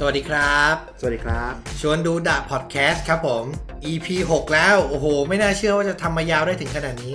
วัสดีครับสวัสดีครับชวนดูดะพอดแคสต์ครับผม EP 6 แล้วโอ้โหไม่น่าเชื่อว่าจะทำมายาวได้ถึงขนาดนี้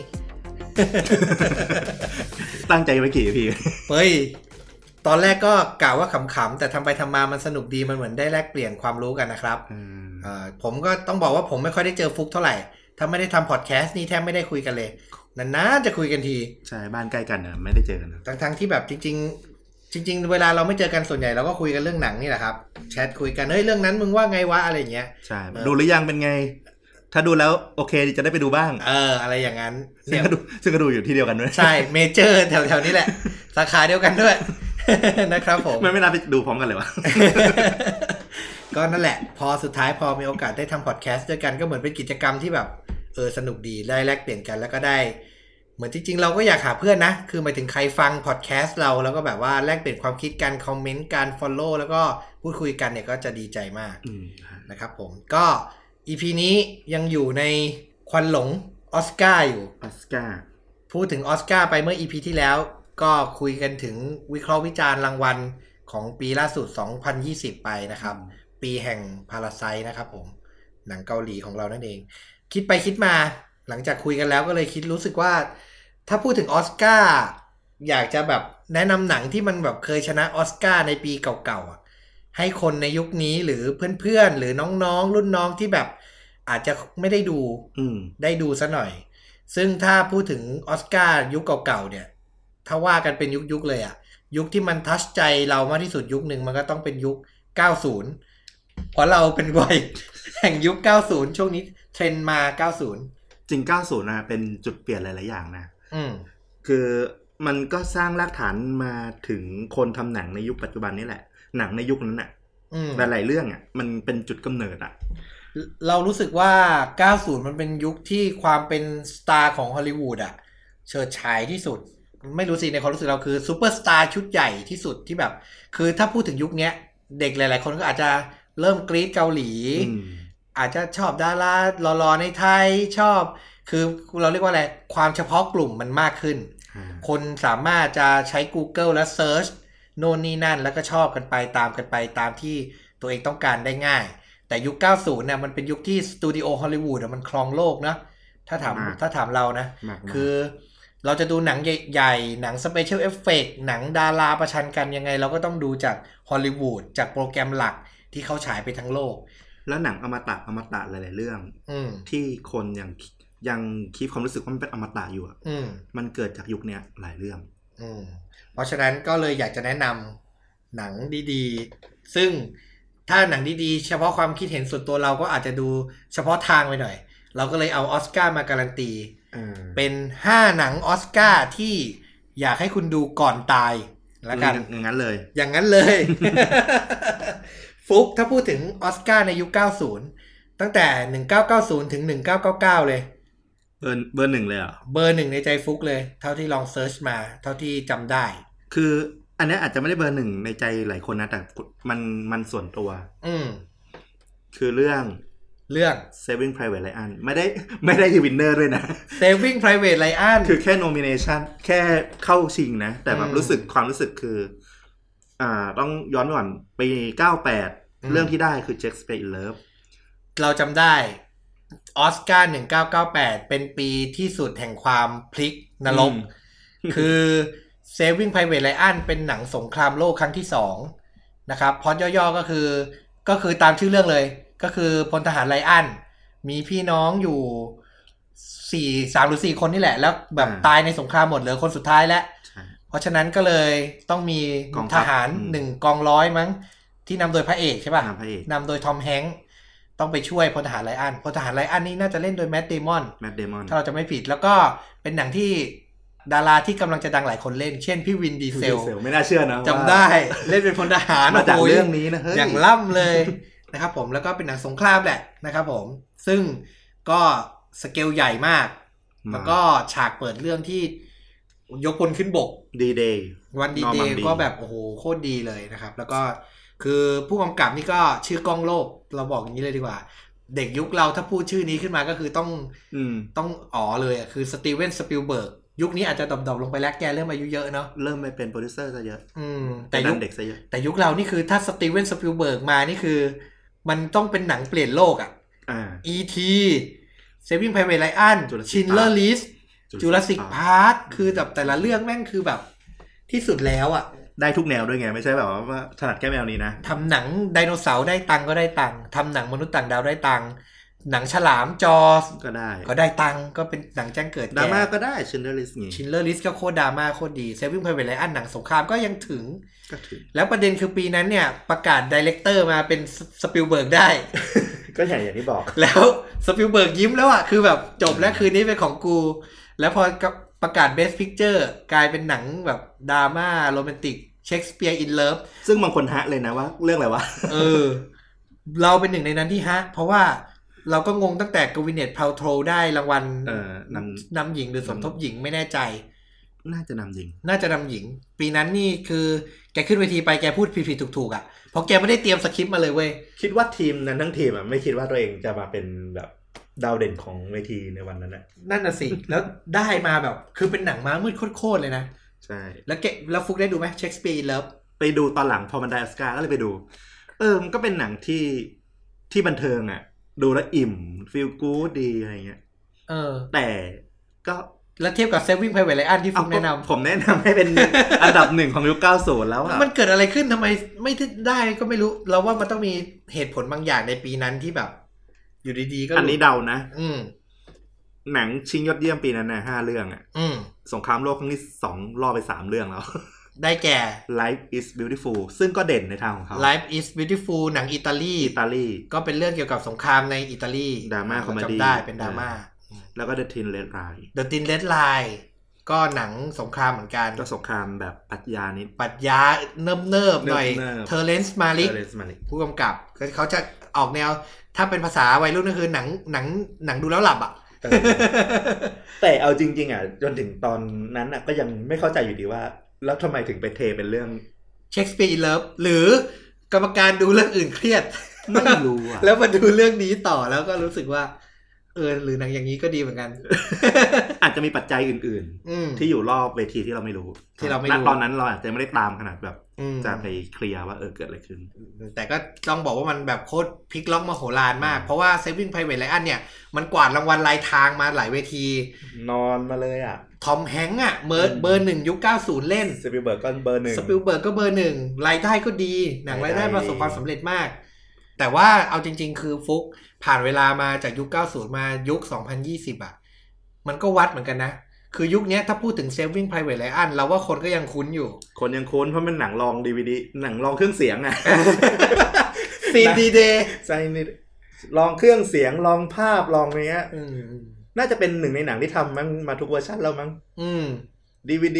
ตั้งใจไว้กี่ EP เฮ้ยตอนแรกก็กล่าวว่าขำๆแต่ทำไปทำมามันสนุกดีมันเหมือนได้แลกเปลี่ยนความรู้กันนะครับผมก็ต้องบอกว่าผมไม่ค่อยได้เจอฟุกเท่าไหร่ถ้าไม่ได้ทำพอดแคสต์นี่แทบไม่ได้คุยกันเลยนานๆจะคุยกันทีใช่บ้านใกล้กันนะไม่ได้เจอกันทั้งที่แบบจริงเวลาเราไม่เจอกันส่วนใหญ่เราก็คุยกันเรื่องหนังนี่แหละครับแชทคุยกันเฮ้ยเรื่องนั้นมึงว่าไงวะอะไรอย่างเงี้ยใช่ดูหรือยังเป็นไงถ้าดูแล้วโอเคจะได้ไปดูบ้างอะไรอย่างนั้นซึ่งก็ดูอยู่ที่เดียวกันด้วยใช่เมเจอร์แถวๆนี้แหละสาขาเดียวกันด้วย นะครับผมไม่น่าไปดูพร้อมกันเลยวะก็นั่นแหละพอสุดท้ายพอมีโอกาสได้ทำพอดแคสต์ด้วยกันก็เหมือนเป็นกิจกรรมที่แบบสนุกดีได้แลกเปลี่ยนกันแล้วก็ได้เหมือนจริงๆเราก็อยากหาเพื่อนนะคือหมายถึงใครฟังพอดแคสต์เราแล้วก็แบบว่าแลกเปลี่ยนความคิดกันคอมเมนต์การ follow แล้วก็พูดคุยกันเนี่ยก็จะดีใจมากนะครับผมก็ EP นี้ยังอยู่ในควันหลงออสการ์อยู่ออสการ์พูดถึงออสการ์ไปเมื่อ EP ที่แล้วก็คุยกันถึงวิเคราะห์วิจารณ์รางวัลของปีล่าสุด2020ไปนะครับปีแห่ง Parasite นะครับผมหนังเกาหลีของเรานั่นเองคิดไปคิดมาหลังจากคุยกันแล้วก็เลยคิดรู้สึกว่าถ้าพูดถึงออสการ์อยากจะแบบแนะนำหนังที่มันแบบเคยชนะออสการ์ในปีเก่าๆให้คนในยุคนี้หรือเพื่อนๆหรือน้องๆรุ่นน้องที่แบบอาจจะไม่ได้ดูได้ดูซะหน่อยซึ่งถ้าพูดถึงออสการ์ยุคเก่าๆเนี่ยถ้าว่ากันเป็นยุคเลยอะยุคที่มันทัชใจเรามากที่สุดยุคหนึ่งมันก็ต้องเป็นยุค90เพราะเราเป็นวัยแห่งยุค90ช่วงนี้เทรนด์มา90 จริง90นะเป็นจุดเปลี่ยนหลายๆอย่างนะคือมันก็สร้างรากฐานมาถึงคนทำหนังในยุคปัจจุบันนี่แหละหนังในยุคนั้นน่ะหลายๆเรื่องอ่ะมันเป็นจุดกำเนิดอ่ะเรารู้สึกว่า90มันเป็นยุคที่ความเป็นสตาร์ของฮอลลีวูดอ่ะเฉิดฉายที่สุดไม่รู้สิในความรู้สึกเราคือซูเปอร์สตาร์ชุดใหญ่ที่สุดที่แบบคือถ้าพูดถึงยุคนี้เด็กหลายๆคนก็อาจจะเริ่มกรี๊ดเกาหลีอาจจะชอบดาราหล่อๆในไทยชอบคือเราเรียกว่าอะไรความเฉพาะกลุ่มมันมากขึ้นคนสามารถจะใช้ Google และ Search โน่นนี่นั่นแล้วก็ชอบกันไปตามที่ตัวเองต้องการได้ง่ายแต่ยุค90เนี่ยมันเป็นยุคที่สตูดิโอฮอลลีวูดมันครองโลกนะถ้าถามเรานะคือเราจะดูหนังใหญ่ๆหนังสเปเชียลเอฟเฟกต์หนังดาราประชันกันยังไงเราก็ต้องดูจากฮอลลีวูดจากโปรแกรมหลักที่เขาฉายไปทั้งโลกแล้วหนังอมตะหลายๆเรื่องที่คนยังคิดความรู้สึกว่ามันเป็นอมตะอยู่อ่ะมันเกิดจากยุคนี้หลายเรื่องเพราะฉะนั้นก็เลยอยากจะแนะนำหนังดีๆซึ่งถ้าหนังดีๆเฉพาะความคิดเห็นส่วนตัวเราก็อาจจะดูเฉพาะทางไปหน่อยเราก็เลยเอาออสการ์มาการันตีเป็น5หนังออสการ์ที่อยากให้คุณดูก่อนตายแล้วกันอย่างนั้นเลย ฟุกถ้าพูดถึงออสการ์ในยุค90ตั้งแต่1990ถึง1999เลยเบอร์1เลยอ่ะเบอร์1ในใจฟุกเลยเท่าที่ลองเซิร์ชมาเท่าที่จำได้คืออันนี้อาจจะไม่ได้เบอร์1ในใจหลายคนนะแต่มันส่วนตัวคือเรื่อง Saving Private Ryan ไม่ได้วินเนอร์ด้วยนะ Saving Private Ryan คือแค่ nomination แค่เข้าชิงนะแต่แบบความรู้สึกคือต้องย้อนก่อนปี98เรื่องที่ได้คือ Shakespeare in Love เราจำได้ออสการ์1998เป็นปีที่สุดแห่งความพลิกนรกคือ Saving Private Ryan เป็นหนังสงครามโลกครั้งที่2นะครับพล็อตย่อๆก็คือตามชื่อเรื่องเลยก็คือพลทหารไรอันมีพี่น้องอยู่3หรือ4คนนี่แหละแล้วแบบตายในสงครามหมดเหลือคนสุดท้ายแล้วเพราะฉะนั้นก็เลยต้องมีทหาร1กองร้อยมั้งที่นำโดยพระเอกใช่ป่ะนำโดยทอมแฮงค์ต้องไปช่วยพลทหารไรอันพลทหารไรอันนี่น่าจะเล่นโดยแมทเดมอนถ้าเราจะไม่ผิดแล้วก็เป็นหนังที่ดาราที่กำลังจะดังหลายคนเล่นเช่นพี่วินดีเซลไม่น่าเชื่อนะจำได้เล่นเป็นพลทหารมาจากเรื่องนี้นะอย่างล่ำเลยนะครับผมแล้วก็เป็นหนังสงครามแหละนะครับผมซึ่งก็สเกลใหญ่มากแล้วก็ฉากเปิดเรื่องที่ยกพลขึ้นบก D-Day วัน D-Day ก็แบบโอ้โหโคตรดีเลยนะครับแล้วก็คือผู้กำกับนี่ก็ชื่อก้องโลกเราบอกอย่างนี้เลยดีกว่าเด็กยุคเราถ้าพูดชื่อนี้ขึ้นมาก็คือต้องอ๋อเลยอ่ะคือสตีเวนสปิลเบิร์กยุคนี้อาจจะดรอปลงไปแล้วแกเริ่มอายุเยอะเนาะเริ่มไปเป็นโปรดิวเซอร์ซะเยอะแต่ยุคเด็กซะเยอะแต่ยุคเรานี่คือถ้าสตีเวนสปิลเบิร์กมานี่คือมันต้องเป็นหนังเปลี่ยนโลกอ่ะE.T. Saving Private Ryan Schindler List Jurassic Park คือแบบแต่ละเรื่องแม่งคือแบบที่สุดแล้วอ่ะได้ทุกแนวด้วยไงไม่ใช่แบบว่าถนัดแค่แนวนี้นะทำหนังไดโนเสาร์ได้ตังก็ได้ตังทำหนังมนุษย์ต่างดาวได้ตังหนังฉลามจอก็ได้ตังก็เป็นหนังแจ้งเกิดดราม่าก็ได้ Schindler List นี่ Schindler List ก็โคตรดราม่าโคตรดี Saving Private Ryan หนังสงครามก็ยังถึงแล้วประเด็นคือปีนั้นเนี่ยประกาศไดเรคเตอร์มาเป็นสปิลเบิร์กได้ก็อย่างที่บอกแล้วสปิลเบิร์กยิ้มแล้วอ่ะคือแบบจบแล้วคืนนี้เป็นของกูแล้วพอประกาศ Best Picture กลายเป็นหนังแบบดราม่าโรแมนติก Shakespeare in Love ซึ่งบางคนฮะเลยนะว่าเรื่องอะไรวะเราเป็นหนึ่งในนั้นที่ฮะเพราะว่าเราก็งงตั้งแต่กวินเนต พาลโทรได้รางวัลนำหญิงหรือสมทบหญิงไม่แน่ใจน่าจะนำหญิงปีนั้นนี่คือแกขึ้นเวทีไปแกพูดผิดๆถูกๆอ่ะเพราะแกไม่ได้เตรียมสคริปต์มาเลยเว้ยคิดว่าทีมนั้นทั้งทีมอ่ะไม่คิดว่าตัวเองจะมาเป็นแบบดาวเด่นของเวทีในวันนั้นน่ะนั่นน่ะสิแล้วได้มาแบบคือเป็นหนังม้ามืดโคตรๆเลยนะใช่แล้วฟุกได้ดูไหม Shakespeare in Love ไปดูตอนหลังพอมันได้ออสการ์ก็เลยไปดูมันก็เป็นหนังที่บันเทิงอ่ะดูแล้วอิ่มฟีลกู๊ดดีอะไรเงี้ยแต่ก็แล้วเทียบกับ Saving Private Ryan ที่ฟุกแนะนำผมแนะนำให้เป็นอันดับหนึ่งของยุค 90 แล้วอ่ะมันเกิดอะไรขึ้นทำไมไม่ได้ก็ไม่รู้เราว่ามันต้องมีเหตุผลบางอย่างในปีนั้นที่แบบอยู่ดีๆก็อันนี้เดานะหนังชิงยอดเยี่ยมปีนั้นน่ะ5 เรื่องอ่ะสงครามโลกครั้งที่2ล่อไป3 เรื่องแล้วได้แก่ Life is Beautiful ซึ่งก็เด่นในทางของเขา Life is Beautiful หนังอิตาลีก็เป็นเรื่องเกี่ยวกับสงครามในอิตาลีดราม่าคอมเมดี้จำได้เป็นดราม่าแล้วก็ The Thin Red Line The Thin Red Line ก็หนังสงครามเหมือนกันก็สงครามแบบปรัชญานิดปรัชญาเนิบๆหน่อย Terrence Malick ผู้กำกับเขาจะออกแนวถ้าเป็นภาษาวัยรุ่นก็คือหนังดูแล้วหลับอ่ะแต่เอาจริงๆอ่ะจนถึงตอนนั้นอ่ะก็ยังไม่เข้าใจอยู่ดีว่าแล้วทำไมถึงไปเทเป็นเรื่อง Shakespeare in Love หรือกรรมการดูเรื่องอื่นเครียดไม่รู้อ่ะแล้วมาดูเรื่องนี้ต่อแล้วก็รู้สึกว่าหรือหนังอย่างนี้ก็ดีเหมือนกันอาจจะมีปัจจัยอื่นๆที่อยู่รอบเวทีที่เราไม่รู้ตอนนั้นเราอาจจะไม่ได้ตามขนาดแบบจะไปเคลียร์ว่าเกิดอะไรขึ้นแต่ก็ต้องบอกว่ามันแบบโคตรพลิกล็อกมโหฬารมากเพราะว่า Saving Private Ryan เนี่ยมันกวาดรางวัลรายทางมาหลายเวทีนอนมาเลยอ่ะทอมแฮงค์อ่ะเบอร์1ยุค90เล่นสปิลเบิร์กก็เบอร์1 สปิลเบิร์กก็เบอร์1รายได้ก็ดีหนังรายได้ประสบความสำเร็จมากแต่ว่าเอาจริงๆคือฟุกผ่านเวลามาจากยุค90มายุค2020อ่ะมันก็วัดเหมือนกันนะคือยุคนี้ถ้าพูดถึง Saving Private Ryan เราว่าคนก็ยังคุ้นอยู่คนยังคุ้นเพราะมันหนังลอง DVD หนังลองเครื่องเสียงอ่ะซีดีเดย์ใช่นี่ลองเครื่องเสียงลองภาพลองเนี้ยน่าจะเป็นหนึ่งในหนังที่ทำมั้งมาทุกเวอร์ชันแล้วมั้งDVD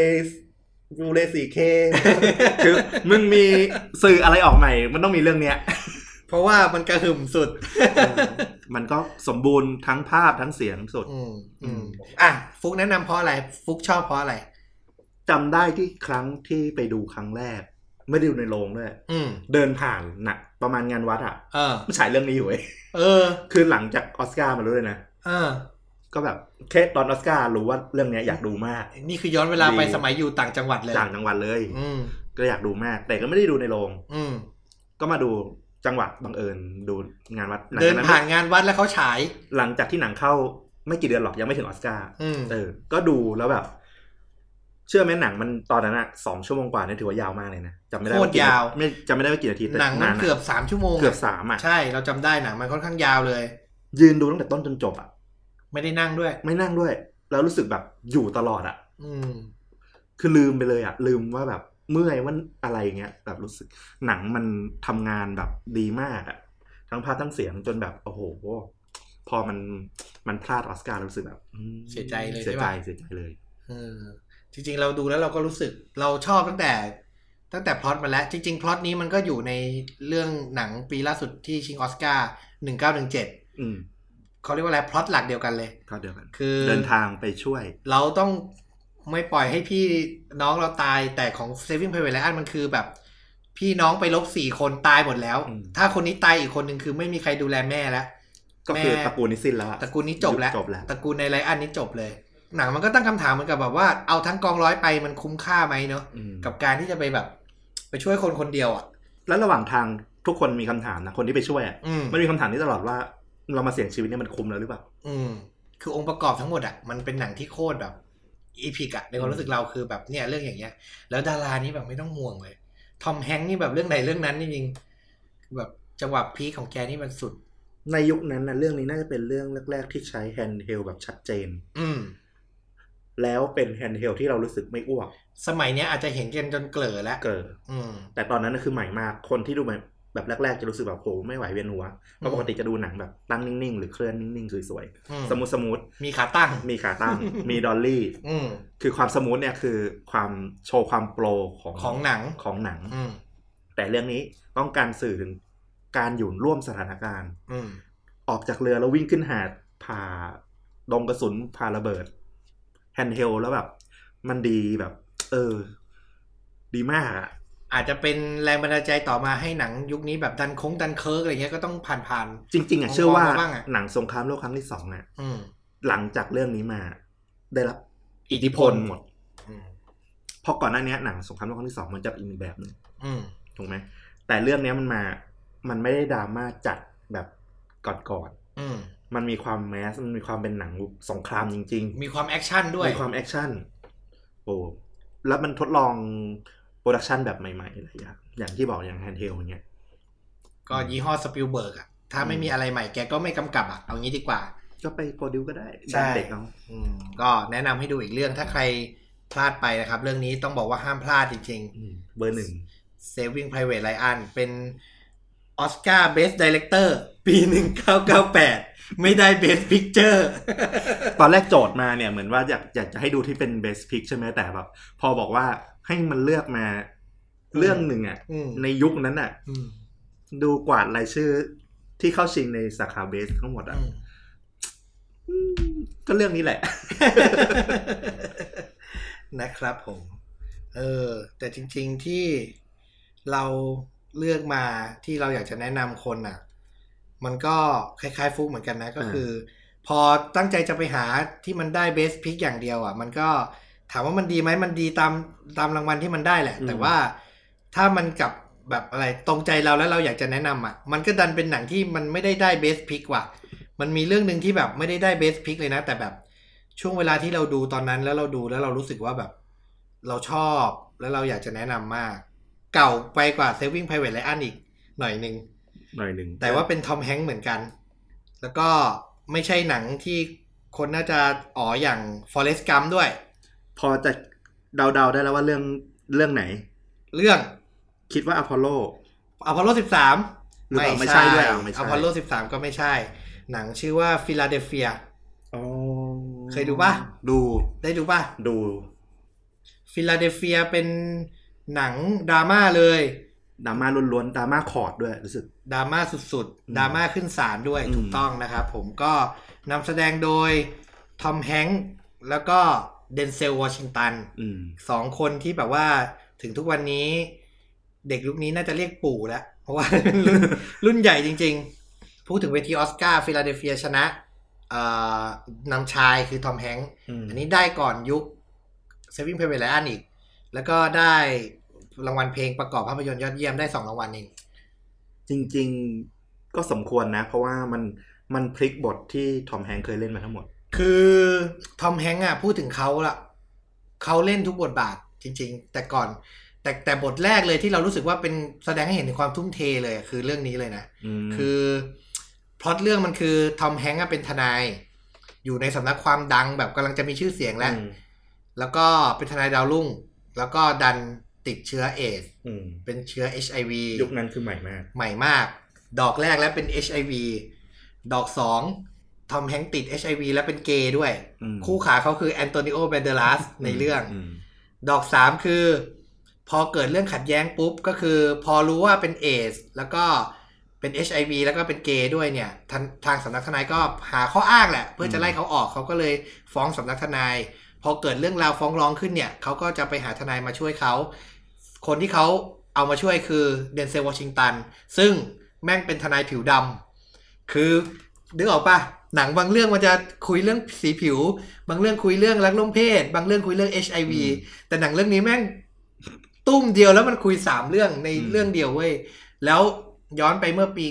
Blu-ray 4K คือมึงมีสื่ออะไรออกใหม่มันต้องมีเรื่องเนี้ยเพราะว่ามันกระหึ่มสุดมันก็สมบูรณ์ทั้งภาพทั้งเสียงสุดฟุกแนะนำเพราะอะไรฟุกชอบเพราะอะไรจำได้ที่ครั้งที่ไปดูครั้งแรกไม่ได้ดูในโรงด้วยเดินผ่านน่ะประมาณงานวัดอ่ะฉายเรื่องนี้อยู่คือหลังจากออสการ์มาเลยนะก็แบบแค่ตอนออสการ์รู้ว่าเรื่องนี้อยากดูมากนี่คือย้อนเวลาไปสมัยอยู่ต่างจังหวัดเลยก็อยากดูมากแต่ก็ไม่ได้ดูในโรงก็มาดูจังหวัดบังเอิญดูงานวัดเดินผ่านงานวัดแล้วเขาฉายหลังจากที่หนังเข้าไม่กี่เดือนหรอกยังไม่ถึงออสการ์ก็ดูแล้วแบบเชื่อไหมหนังมันตอนนั้นอ่ะ2 ชั่วโมงกว่านี่ถือว่ายาวมากเลยนะจำไม่ได้ว่ากี่จำไม่ได้ว่ากี่นาทีหนังมันเกือบ3 ชั่วโมงเกือบ3อ่ะใช่เราจำได้หนังมันค่อนข้างยาวเลยยืนดูตั้งแต่ต้นจนจบอ่ะไม่ได้นั่งด้วยแล้วรู้สึกแบบอยู่ตลอดอ่ะคือลืมไปเลยอ่ะลืมว่าแบบเมื่อยว่าอะไรเงี้ยแบบรู้สึกหนังมันทำงานแบบดีมากอ่ะทั้งภาพทั้งเสียงจนแบบโอ้โหพอมันพลาดออสการ์รู้สึกแบบเสียใจเลยเสียใจเลยจริงๆเราดูแล้วเราก็รู้สึกเราชอบตั้งแต่พล็อตมาแล้วจริงๆพล็อตนี้มันก็อยู่ในเรื่องหนังปีล่าสุดที่ชิงออสการ์1917เขาเรียกว่าอะไรพล็อตหลักเดียวกันเลยพล็อตเดียวกันคือเดินทางไปช่วยเราต้องไม่ปล่อยให้พี่น้องเราตายแต่ของ Saving Private Ryan มันคือแบบพี่น้องไปลบ4 คนตายหมดแล้วถ้าคนนี้ตายอีกคนนึงคือไม่มีใครดูแลแม่แล้วก็คือตระกูลนี้สิ้นแล้วตระกูลนี้จบแล้วตระกูลในไรอันนี้จบเลยหนังมันก็ตั้งคำถามเหมือนกับแบบว่าเอาทั้งกองร้อยไปมันคุ้มค่าไหมเนาะกับการที่จะไปแบบไปช่วยคนคนเดียวอ่ะแล้วระหว่างทางทุกคนมีคำถามนะคนที่ไปช่วยอ่ะมันมีคำถามนี้ตลอดว่าเรามาเสี่ยงชีวิตเนี่ยมันคุ้มแล้วหรือเปล่าคือองค์ประกอบทั้งหมดอ่ะมันเป็นหนังที่โคตรแบบอีพิกอ่ะในความรู้สึกเราคือแบบเนี่ยเรื่องอย่างเงี้ยแล้วดารานี่แบบไม่ต้องห่วงเลยทอมแฮงค์นี่แบบเรื่องไหนเรื่องนั้นจริงๆแบบจังหวะพีคของแกนี่มันสุดในยุคนั้นนะเรื่องนี้น่าจะเป็นเรื่องแรกๆที่ใช้แฮนด์เฮลแบบชัดเจนแล้วเป็นแฮนด์เฮลที่เรารู้สึกไม่อ้วกสมัยนี้อาจจะเห็นกันจนเกลอแล้วแต่ตอนนั้นคือใหม่มากคนที่ดูแบบแรกๆจะรู้สึกแบบโหไม่ไหวเวียนหัวเพราะปกติจะดูหนังแบบตั้งนิ่งๆหรือเคลื่อนนิ่งๆสวยๆสมูทมีขาตั้งมีดอลลี่คือความสมูทเนี่ยคือความโชว์ความโปรของหนังแต่เรื่องนี้ต้องการสื่อถึงการอยู่ร่วมสถานการณ์ออกจากเรือแล้ววิ่งขึ้นหาดผ่าดงกระสุนผ่าระเบิดแฮนด์เฮลแล้วแบบมันดีแบบดีมากอ่ะอาจจะเป็นแรงบันดาลใจต่อมาให้หนังยุคนี้แบบดันเคิร์กอะไรเงี้ยก็ต้องผ่านจริงๆอ่ะเชื่อว่าหนังสงครามโลกครั้งที่2เนี่ยหลังจากเรื่องนี้มาได้รับอิทธิพลหมดเพราะก่อนหน้านี้หนังสงครามโลกครั้งที่2มันจะเป็นอีกแบบนึงถูกไหมแต่เรื่องนี้มันไม่ได้ดราม่าจัดแบบก่อนมันมีความแมสมันมีความเป็นหนังสงครามจริงๆมีความแอคชั่นด้วยมีความแอคชั่นโอ้แล้วมันทดลองโปรดักชันแบบใหม่ๆอะไรอย่างที่บอกอย่างแฮนด์เฮลอย่างเงี้ยก็ยี่ห้อสปิลเบิร์กอ่ะถ้าไม่มีอะไรใหม่แกก็ไม่กำกับอ่ะเอางี้ดีกว่าก็ไปโปรดิวก็ได้เด็กเอาก็แนะนำให้ดูอีกเรื่องถ้าใครพลาดไปนะครับเรื่องนี้ต้องบอกว่าห้ามพลาดจริงๆเบอร์ 1 Saving Private Ryan เป็นออสการ์เบสไดเรคเตอร์ปี1998ไม่ได้เบสพิกเจอร์ตอนแรกโจทย์มาเนี่ยเหมือนว่าอยากจะให้ดูที่เป็นเบสพิกใช่ไหมแต่แบบพอบอกว่าให้มันเลือกมาเรื่องหนึ่งอ่ะในยุคนั้นอ่ะดูกวาดรายชื่อที่เข้าชิงในสาขาเบสทั้งหมดอ่ะก็เรื่องนี้แหละนะครับผมแต่จริงๆที่เราเลือกมาที่เราอยากจะแนะนำคนอ่ะมันก็คล้ายๆฟุกเหมือนกันนะก็คือพอตั้งใจจะไปหาที่มันได้เบสพิกอย่างเดียวอ่ะมันก็ถามว่ามันดีไหมมันดีตามรางวัลที่มันได้แหละแต่ว่าถ้ามันกับแบบอะไรตรงใจเราแล้วเราอยากจะแนะนำอ่ะมันก็ดันเป็นหนังที่มันไม่ได้เบสพิกว่ะมันมีเรื่องนึงที่แบบไม่ได้เบสพิกเลยนะแต่แบบช่วงเวลาที่เราดูตอนนั้นแล้วเราดูแล้วเรารู้สึกว่าแบบเราชอบแล้วเราอยากจะแนะนำมากเก่าไปกว่า Saving Private Ryan อีกหน่อยนึงแต่ว่าเป็นทอมแฮงค์เหมือนกันแล้วก็ไม่ใช่หนังที่คนน่าจะอย่าง Forrest Gump ด้วยพอจะเดาได้แล้วว่าเรื่องไหนเรื่องคิดว่าอพอลโล 13 ไม่ใช่ด้วยอพอลโล13ก็ไม่ใช่หนังชื่อว่าฟิลาเดลเฟียเคยดูป่ะได้ดูป่ะดูฟิลาเดลเฟียเป็นหนังดราม่าเลยดราม่าล้วนๆดราม่าคอร์ดด้วยรู้สึกดราม่าสุดๆดราม่าขึ้นศาลด้วยถูกต้องนะครับผมก็นำแสดงโดยทอมแฮงค์แล้วก็เดนเซลวอชิงตัน2คนที่แบบว่าถึงทุกวันนี้เด็กยุคนี้น่าจะเรียกปู่แล้วเพราะว่า รุ่นใหญ่จริงๆพูดถึงเวทีออสการ์ฟิลาเดลเฟียชนะนำชายคือทอมแฮงค์อันนี้ได้ก่อนยุค Saving Private Ryan อีกแล้วก็ได้รางวัลเพลงประกอบภาพยนตร์ยอดเยี่ยมได้2รางวัลเองจริงๆก็สมควรนะเพราะว่ามันพลิกบทที่ทอมแฮงค์เคยเล่นมาทั้งหมดคือทอมแฮงค์พูดถึงเขาละเขาเล่นทุกบทบาทจริงๆแต่ก่อนแต่บทแรกเลยที่เรารู้สึกว่าเป็นแสดงให้เห็นถึงความทุ่มเทเลยคือเรื่องนี้เลยนะคือพล็อตเรื่องมันคือทอมแฮงค์เป็นทนายอยู่ในสำนักความดังแบบกำลังจะมีชื่อเสียงแล้วก็เป็นทนายดาวรุ่งแล้วก็ดันติดเชื้อเอดส์เป็นเชื้อ HIV ยุคนั้นคือใหม่มากดอกแรกแล้วเป็น HIV ดอก2ทอมแฮงค์ติด HIV แล้วเป็นเกย์ด้วยคู่ขาเขาคือแอนโตนิโอแบนเดลัสในเรื่องดอก3คือพอเกิดเรื่องขัดแย้งปุ๊บก็คือพอรู้ว่าเป็นเอดส์แล้วก็เป็น HIV แล้วก็เป็นเกย์ด้วยเนี่ยทางสำนักทนายก็หาข้ออ้างแหละเพื่อจะไล่เขาออกเขาก็เลยฟ้องสำนักทนายพอเกิดเรื่องราวฟ้องร้องขึ้นเนี่ยเขาก็จะไปหาทนายมาช่วยเขาคนที่เขาเอามาช่วยคือเดนเซลวอชิงตันซึ่งแม่งเป็นทนายผิวดำคือนึกออกป่ะหนังบางเรื่องมันจะคุยเรื่องสีผิวบางเรื่องคุยเรื่องรักร่วมเพศบางเรื่องคุยเรื่อง HIV แต่หนังเรื่องนี้แม่งตุ้มเดียวแล้วมันคุย3เรื่องในเรื่องเดียวเว้ยแล้วย้อนไปเมื่อปี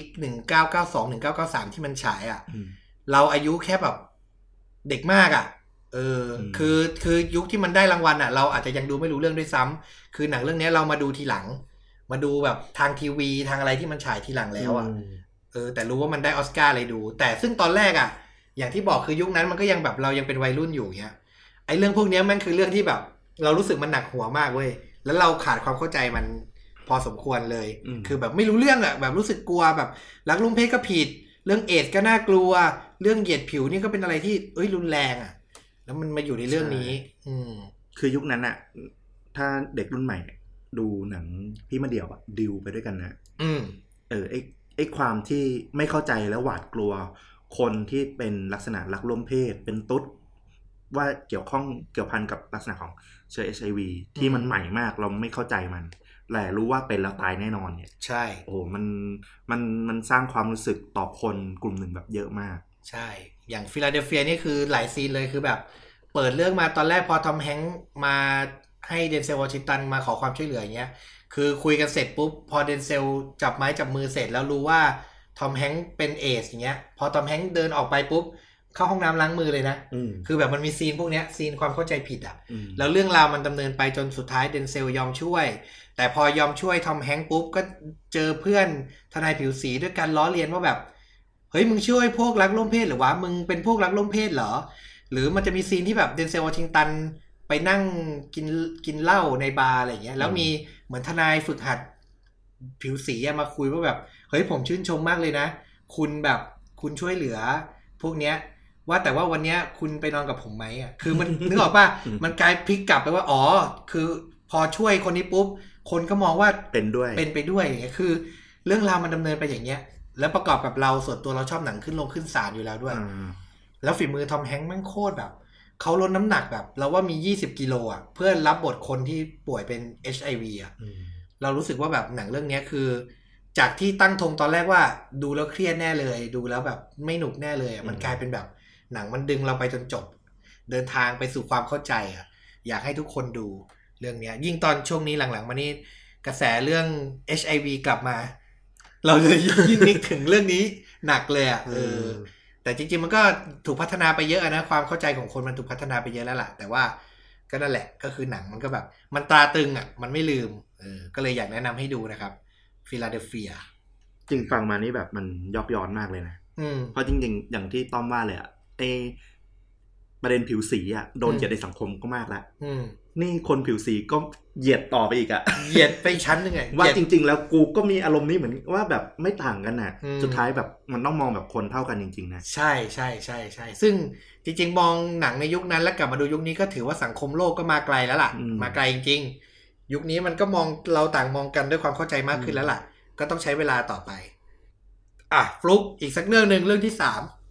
1992 1993ที่มันฉายอ่ะเราอายุแค่แบบเด็กมากอ่ะคือยุคที่มันได้รางวัลอ่ะเราอาจจะยังดูไม่รู้เรื่องด้วยซ้ำคือหนังเรื่องนี้เรามาดูทีหลังมาดูแบบทางทีวีทางอะไรที่มันฉายทีหลังแล้วอ่ะแต่รู้ว่ามันได้ออสการ์อะไรดูแต่ซึ่งตอนแรกอ่ะอย่างที่บอกคือยุคนั้นมันก็ยังแบบเรายังเป็นวัยรุ่นอยู่เงี้ยไอ้เรื่องพวกนี้มันคือเรื่องที่แบบเรารู้สึกมันหนักหัวมากเว้ยแล้วเราขาดความเข้าใจมันพอสมควรเลยคือแบบไม่รู้เรื่องอ่ะแบบรู้สึกกลัวแบบรักร่วมเพศก็ผิดเรื่องเอดส์ก็น่ากลัวเรื่องเหยียดผิวนี่ก็เป็นอะไรที่รุนแรงอ่ะแล้วมันมาอยู่ในเรื่องนี้คือยุคนั้นอ่ะถ้าเด็กรุ่นใหม่ดูหนังพี่มาเดี่ยวอ่ะดิวไปด้วยกันนะไอ้ความที่ไม่เข้าใจและหวาดกลัวคนที่เป็นลักษณะรักร่วมเพศเป็นตุ๊ดว่าเกี่ยวพันกับลักษณะของเชื้อ HIV ที่มันใหม่มากเราไม่เข้าใจมันแต่รู้ว่าเป็นแล้วตายแน่นอนเนี่ยใช่โอ้มันสร้างความรู้สึกต่อคนกลุ่มหนึ่งแบบเยอะมากใช่อย่างฟิลาเดลเฟียนี่คือหลายซีนเลยคือแบบเปิดเรื่องมาตอนแรกพอทอมแฮงค์มาให้เดนเซลวอชิงตันมาขอความช่วยเหลืออย่างเงี้ยคือคุยกันเสร็จปุ๊บพอเดนเซลจับไม้จับมือเสร็จแล้วรู้ว่าทอมแฮงค์เป็นเอดส์อย่างเงี้ยพอทอมแฮงค์เดินออกไปปุ๊บเข้าห้องน้ำล้างมือเลยนะคือแบบมันมีซีนพวกเนี้ยซีนความเข้าใจผิดอ่ะแล้วเรื่องราวมันดำเนินไปจนสุดท้ายเดนเซลยอมช่วยแต่พอยอมช่วยทอมแฮงค์ปุ๊บก็เจอเพื่อนทนายผิวสีด้วยกันล้อเลียนว่าแบบเฮ้ยมึงช่วยพวกรักร่วมเพศหรือวะมึงเป็นพวกรักร่วมเพศเหรอหรือมันจะมีซีนที่แบบเดนเซลวอชิงตันไปนั่งกินเหล้าในบาร์อะไรอย่างเงี้ยแล้วมีเหมือนทนายฝึกหัดผิวสีมาคุยว่าแบบเฮ้ยผมชื่นชมมากเลยนะคุณช่วยเหลือพวกเนี้ยว่าแต่ว่าวันเนี้ยคุณไปนอนกับผมไหมอ่ะคือมัน นึกออกป่ะ มันกลายพลิกกลับไปว่าอ๋อคือพอช่วยคนนี้ปุ๊บคนก็มองว่าเป็นไปด้วยอย่างเงี้ยคือเรื่องราวมันดำเนินไปอย่างเงี้ยแล้วประกอบกับเราส่วนตัวเราชอบหนังขึ้นศาลอยู่แล้วด้วยแล้วฝีมือทอมแฮงค์แม่งโคตรแบบเขาลดน้ำหนักแบบเราว่ามี20กิโลอ่ะเพื่อรับบทคนที่ป่วยเป็น HIV อ่ะเรารู้สึกว่าแบบหนังเรื่องนี้คือจากที่ตั้งธงตอนแรกว่าดูแล้วเครียดแน่เลยดูแล้วแบบไม่หนุกแน่เลยมันกลายเป็นแบบหนังมันดึงเราไปจนจบเดินทางไปสู่ความเข้าใจอ่ะอยากให้ทุกคนดูเรื่องนี้ยิ่งตอนช่วงนี้หลังๆมานี่กระแสเรื่อง HIV กลับมาเราเลยยิ่งนึกถึงเรื่องนี้หนักเลยอ่ะแต่จริงๆมันก็ถูกพัฒนาไปเยอะนะความเข้าใจของคนมันถูกพัฒนาไปเยอะแล้วล่ะแต่ว่าก็นั่นแหละก็คือหนังมันก็แบบมันตราตึงอ่ะมันไม่ลืมก็เลยอยากแนะนำให้ดูนะครับฟิลาเดลเฟียจริงฟังมานี่แบบมันยอกย้อนมากเลยนะเพราะจริงๆอย่างที่ต้อมว่าเลยอ่ะประเด็นผิวสีอ่ะโดนเหยียดในสังคมก็มากแล้วนี่คนผิวสีก็เหยียดต่อไปอีกอ่ะเหยียดไปชั้นนึงไงว่าจริงๆแล้วกูก็มีอารมณ์นี้เหมือนว่าแบบไม่ต่างกันน่ะสุดท้ายแบบมันต้องมองแบบคนเท่ากันจริงๆนะใช่ใช่ใช่ใช่ซึ่งจริงๆมองหนังในยุคนั้นแล้วกลับมาดูยุคนี้ก็ถือว่าสังคมโลกก็มาไกลแล้วล่ะมาไกลจริงๆยุคนี้มันก็มองเราต่างมองกันด้วยความเข้าใจมากขึ้นแล้วล่ะก็ต้องใช้เวลาต่อไปฟลุกอีกสักเรื่องนึงเรื่องที่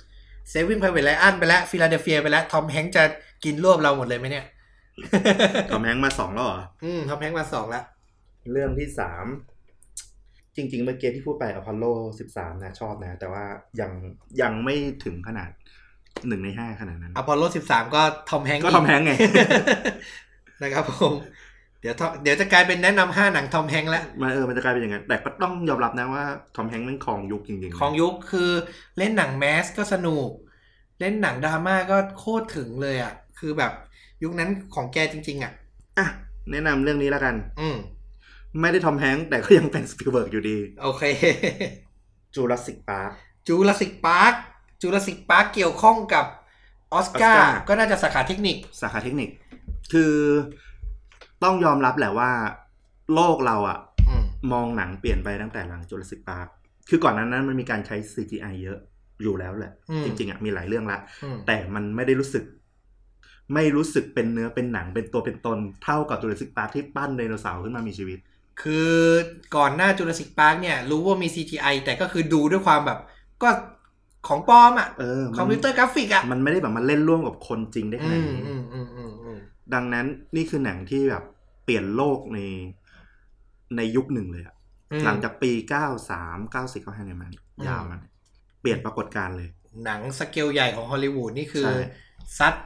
3 Saving Private Ryan ไปแล้วฟิลาเดลเฟียไปแล้วทอมแฮงค์จะกินรวบเราหมดเลยไหมเนี่ยทอมแฮงค์มา2แล้วเหรอทอมแฮงค์มา2แล้วเรื่องที่3จริงๆเมื่อกี้ที่พูดไปอพอลโล13นะชอบนะแต่ว่ายังไม่ถึงขนาด1ใน5ขนาดนั้นอพอลโล13ก็ทอมแฮงค์ไงนะครับผมเดี๋ยวจะกลายเป็นแนะนำ5หนังทอมแฮงค์แล้วมันจะกลายเป็นอย่างนั้นแต่ก็ต้องยอมรับนะว่าทอมแฮงค์มันครองยุคจริงๆครองยุคคือเล่นหนังแมสก็สนุกเล่นหนังดราม่าก็โคตรถึงเลยอ่ะคือแบบยุคนั้นของแกจริงๆอ่ะแนะนำเรื่องนี้แล้วกันไม่ได้ทอมแฮงค์แต่ก็ยังเป็นสปิลเบิร์กอยู่ดีโอเคจูราสสิคพาร์คจูราสสิคพาร์คเกี่ยวข้องกับออสการ์ก็น่าจะสาขาเทคนิคคือต้องยอมรับแหละว่าโลกเราอ่ะมองหนังเปลี่ยนไปตั้งแต่หลังจูราสสิคพาร์คคือก่อนนั้นมันมีการใช้ CGI เยอะอยู่แล้วแหละจริงๆอ่ะมีหลายเรื่องละแต่มันไม่รู้สึกเป็นเนื้อเป็นหนังเป็นตัวเป็นตนเท่ากับจูราสสิคพาร์คที่ปั้นไดโนเสาร์ขึ้นมามีชีวิตคือก่อนหน้าจูราสสิคพาร์คเนี่ยรู้ว่ามี CGI แต่ก็คือดูด้วยความแบบก็ของปลอมอ่ะคอมพิวเตอร์กราฟิกอ่ะมันไม่ได้แบบมันเล่นร่วมกับคนจริงได้ขนาดนี้ดังนั้นนี่คือหนังที่แบบเปลี่ยนโลกในยุคหนึ่งเลยอ่ะหลังจากปี93 94 95เนี่ยมันยาวมันเปลี่ยนปรากฏการณ์เลยหนังสเกลใหญ่ของฮอลลีวูดนี่คือซัด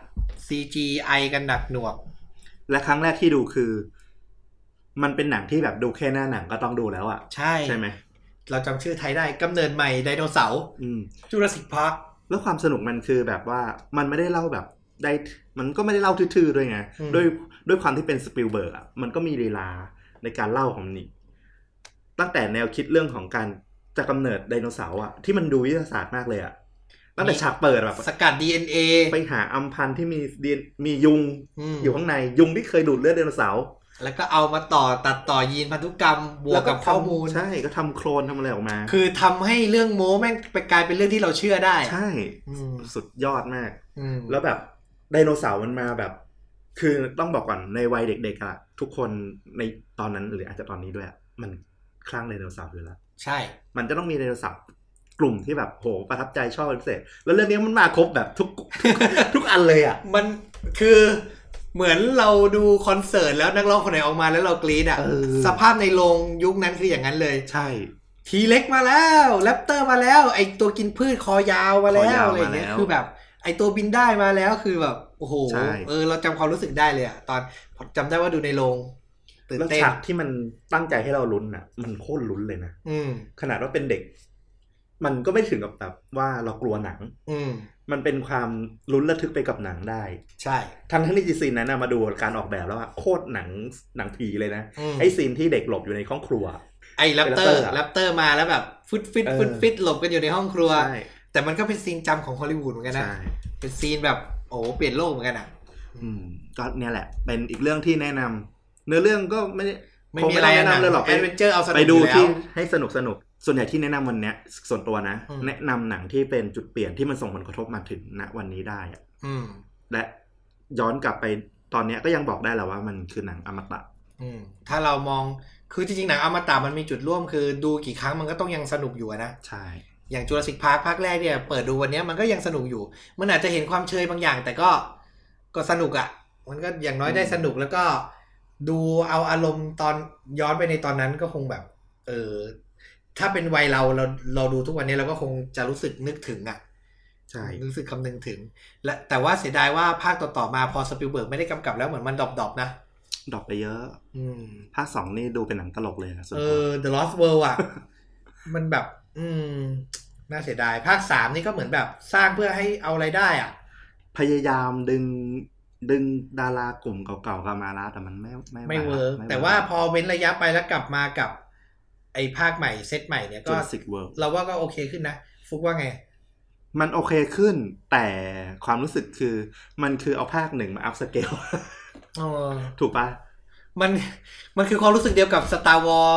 CGI กันหนักหน่วงและครั้งแรกที่ดูคือมันเป็นหนังที่แบบดูแค่หน้าหนังก็ต้องดูแล้วอ่ะใช่ไหมเราจำชื่อไทยได้กำเนิดใหม่ไดโนเสาร์จูราสสิคพาร์คแล้วความสนุกมันคือแบบว่ามันไม่ได้เล่าแบบได้มันก็ไม่ได้เล่าทื่อๆด้วยไงด้วยความที่เป็นสปิลเบิร์กอ่ะมันก็มีลีลาในการเล่าของมันตั้งแต่แนวคิดเรื่องของการจะกำเนิดไดโนเสาร์อ่ะที่มันดูวิทยาศาสตร์มากเลยอ่ะตั้งแต่ฉากเปิดแบบสกัด DNA ไปหาอำพันธ์ที่มียุงอยู่ข้างในยุงที่เคยดูดเลือดไดโนเสาร์แล้วก็เอามาตัดต่อยีนพันธุกรรมบวกกับข้อมูลใช่ก็ทำโคลนทำอะไรออกมาคือทำให้เรื่องโม้แม่งไปกลายเป็นเรื่องที่เราเชื่อได้ใช่สุดยอดมากแล้วแบบไดโนเสาร์มันมาแบบคือต้องบอกก่อนในวัยเด็กๆอะทุกคนในตอนนั้นหรืออาจจะตอนนี้ด้วยมันคลั่งไดโนเสาร์อยู่แล้วใช่มันจะต้องมีไดโนเสาร์กลุ่มที่แบบโหประทับใจชอบพิเศษแล้วเรื่องนี้มันมาครบแบบทุกอันเลยอ่ะมันคือเหมือนเราดูคอนเสิร์ตแล้วนักร้องคนไหนออกมาแล้วเรากรี๊ดอ่ะสภาพในโรงยุคนั้นคืออย่างนั้นเลยใช่ทีเล็กมาแล้วแรปเตอร์มาแล้วไอตัวกินพืชคอยาวมาแล้วอะไรเงี้ยคือแบบไอตัวบินได้มาแล้วคือแบบโอ้โหเราจำความรู้สึกได้เลยอ่ะตอนจำได้ว่าดูในโรงตื่นเต้นฉากที่มันตั้งใจให้เราลุ้นอ่ะมันโคตรลุ้นเลยนะขนาดว่าเป็นเด็กมันก็ไม่ถึงกับแบบว่าเรากลัวหนังมันเป็นความลุ้นระทึกไปกับหนังได้ใช่ทั้งที่ซีนนั้นมาดูการออกแบบแล้วอะโคตรหนังผีเลยนะไอ้ซีนที่เด็กหลบอยู่ในห้องครัวไอ้แรปเตอร์มาแล้วแบบฟิตหลบกันอยู่ในห้องครัวแต่มันก็เป็นซีนจำของฮอลลีวูดเหมือนกันนะเป็นซีนแบบโอ้เปลี่ยนโลกเหมือนกันอ่ะก็เนี่ยแหละเป็นอีกเรื่องที่แนะนำเนื้อเรื่องก็ไม่มีอะไรแนะนำเลยหรอกแอดเวนเจอร์เอาสนุกไปดูที่ให้สนุกส่วนใหญ่ที่แนะนำวันนี้ส่วนตัวนะแนะนำหนังที่เป็นจุดเปลี่ยนที่มันส่งผลกระทบมาถึงณวันนี้ได้อะและย้อนกลับไปตอนนี้ก็ยังบอกได้แหละว่ามันคือหนังอมตะถ้าเรามองคือจริงๆหนังอมตะมันมีจุดร่วมคือดูกี่ครั้งมันก็ต้องยังสนุกอยู่นะใช่อย่างจูราสสิคพาร์คภาคแรกเนี่ยเปิดดูวันนี้มันก็ยังสนุกอยู่มันอาจจะเห็นความเชยบางอย่างแต่ก็สนุกอ่ะมันก็อย่างน้อยได้สนุกแล้วก็ดูเอาอารมณ์ตอนย้อนไปในตอนนั้นก็คงแบบถ้าเป็นวัยเราดูทุกวันนี้เราก็คงจะรู้สึกนึกถึงอ่ะใช่รู้สึกคำนึงถึงและแต่ว่าเสียดายว่าภาคต่อๆมาพอสปิลเบิร์กไม่ได้กำกับแล้วเหมือนมันดรอปนะดรอปไปเยอะภาค2นี่ดูเป็นหนังตลกเลยนะ The Lost World อ่ะ มันแบบน่าเสียดายภาค3นี่ก็เหมือนแบบสร้างเพื่อให้เอารายได้อ่ะพยายามดึงดารากลุ่มเก่าๆกลับมาแล้วแต่มันไม่เวิร์กแต่ว่าพอเว้นระยะไปแล้วกลับมากับไอ้ภาคใหม่เซตใหม่เนี่ยก็เราว่าก็โอเคขึ้นนะฟุกว่าไงมันโอเคขึ้นแต่ความรู้สึกคือมันคือเอาภาค1มาอัพสเกลถูกปะมันคือความรู้สึกเดียวกับ Star Wars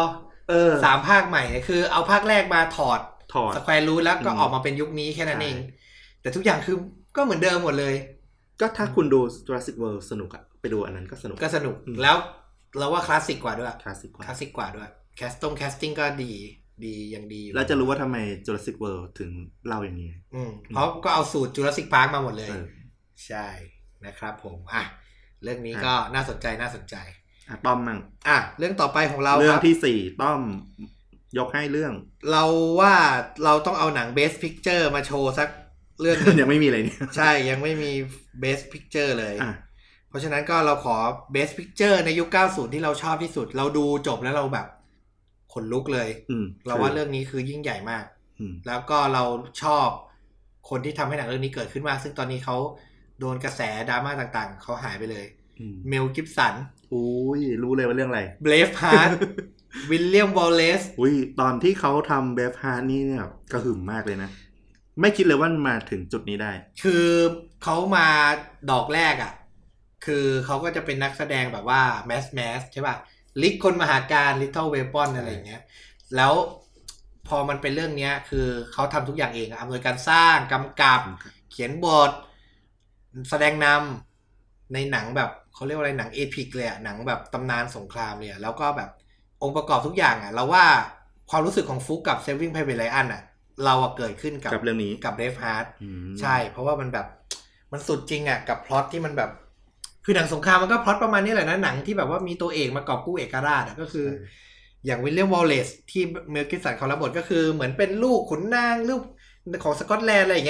3 ภาคใหม่คือเอาภาคแรกมาถอดสแควร์รูทแล้วก็ออกมาเป็นยุคนี้แค่นั้นเองแต่ทุกอย่างคือก็เหมือนเดิมหมดเลยก็ถ้าคุณดู Jurassic World สนุกอะไปดูอันนั้นก็สนุกแล้วเราว่าคลาสสิกกว่าด้วยคลาสสิกกว่าด้วยแคสติ้งก็ดีอย่างดีแล้วจะรู้ว่าทำไม Jurassic World ถึงเล่าอย่างนี้เพราะก็เอาสูตร Jurassic Park มาหมดเลยใช่นะครับผมเรื่องนี้ก็น่าสนใจต้อมมั่งเรื่องต่อไปของเราเรื่องที่4ต้อมยกให้เรื่องเราว่าเราต้องเอาหนัง Best Picture มาโชว์สักเรื่องนึงยังไม่มีเลยเนี่ยใช่ยังไม่มี Best Picture เลยเพราะฉะนั้นก็เราขอ Best Picture ในยุค90ที่เราชอบที่สุดเราดูจบแล้วเราแบบขนลุกเลยเราว่าเรื่องนี้คือยิ่งใหญ่มากแล้วก็เราชอบคนที่ทำให้หนังเรื่องนี้เกิดขึ้นมาซึ่งตอนนี้เขาโดนกระแสดราม่าต่างๆเขาหายไปเลยเมลกิฟสันรู้เลยว่าเรื่องอะไร Braveheart วิลเลียมวอลเลซตอนที่เขาทำ Braveheart นี่เนี่ยกระหึ่มมากเลยนะไม่คิดเลยว่ามาถึงจุดนี้ได้คือเขามาดอกแรกอ่ะคือเขาก็จะเป็นนักแสดงแบบว่าแมสใช่ป่ะลิกคนมหาการ Little Weapon อะไรอย่างเงี้ยแล้วพอมันเป็นเรื่องนี้คือเขาทำทุกอย่างเองอำนวยการสร้างกำกับเขียนบทแสดงนำในหนังแบบเขาเรียกว่าอะไรหนังเอพิกเลยอ่ะหนังแบบตำนานสงครามเลยแล้วก็แบบองค์ประกอบทุกอย่างอ่ะเราว่าความรู้สึกของฟุกกับ Saving Private Ryan อ่ะเราเกิดขึ้นกับเรื่องนี้กับ Braveheart ใช่เพราะว่ามันแบบมันสุดจริงอ่ะกับพล็อตที่มันแบบคือหนังสงครามมันก็พล็อตประมาณนี้แหละนะหนังที่แบบว่ามีตัวเอกมากอบกู้เอกราชก็คืออย่างวิลเลียมวอลเลซที่เมลกิฟสันเขารับบทก็คือเหมือนเป็นลูกขุนนางลูกของสกอตแลนด์อะไรอย่างเงี้ย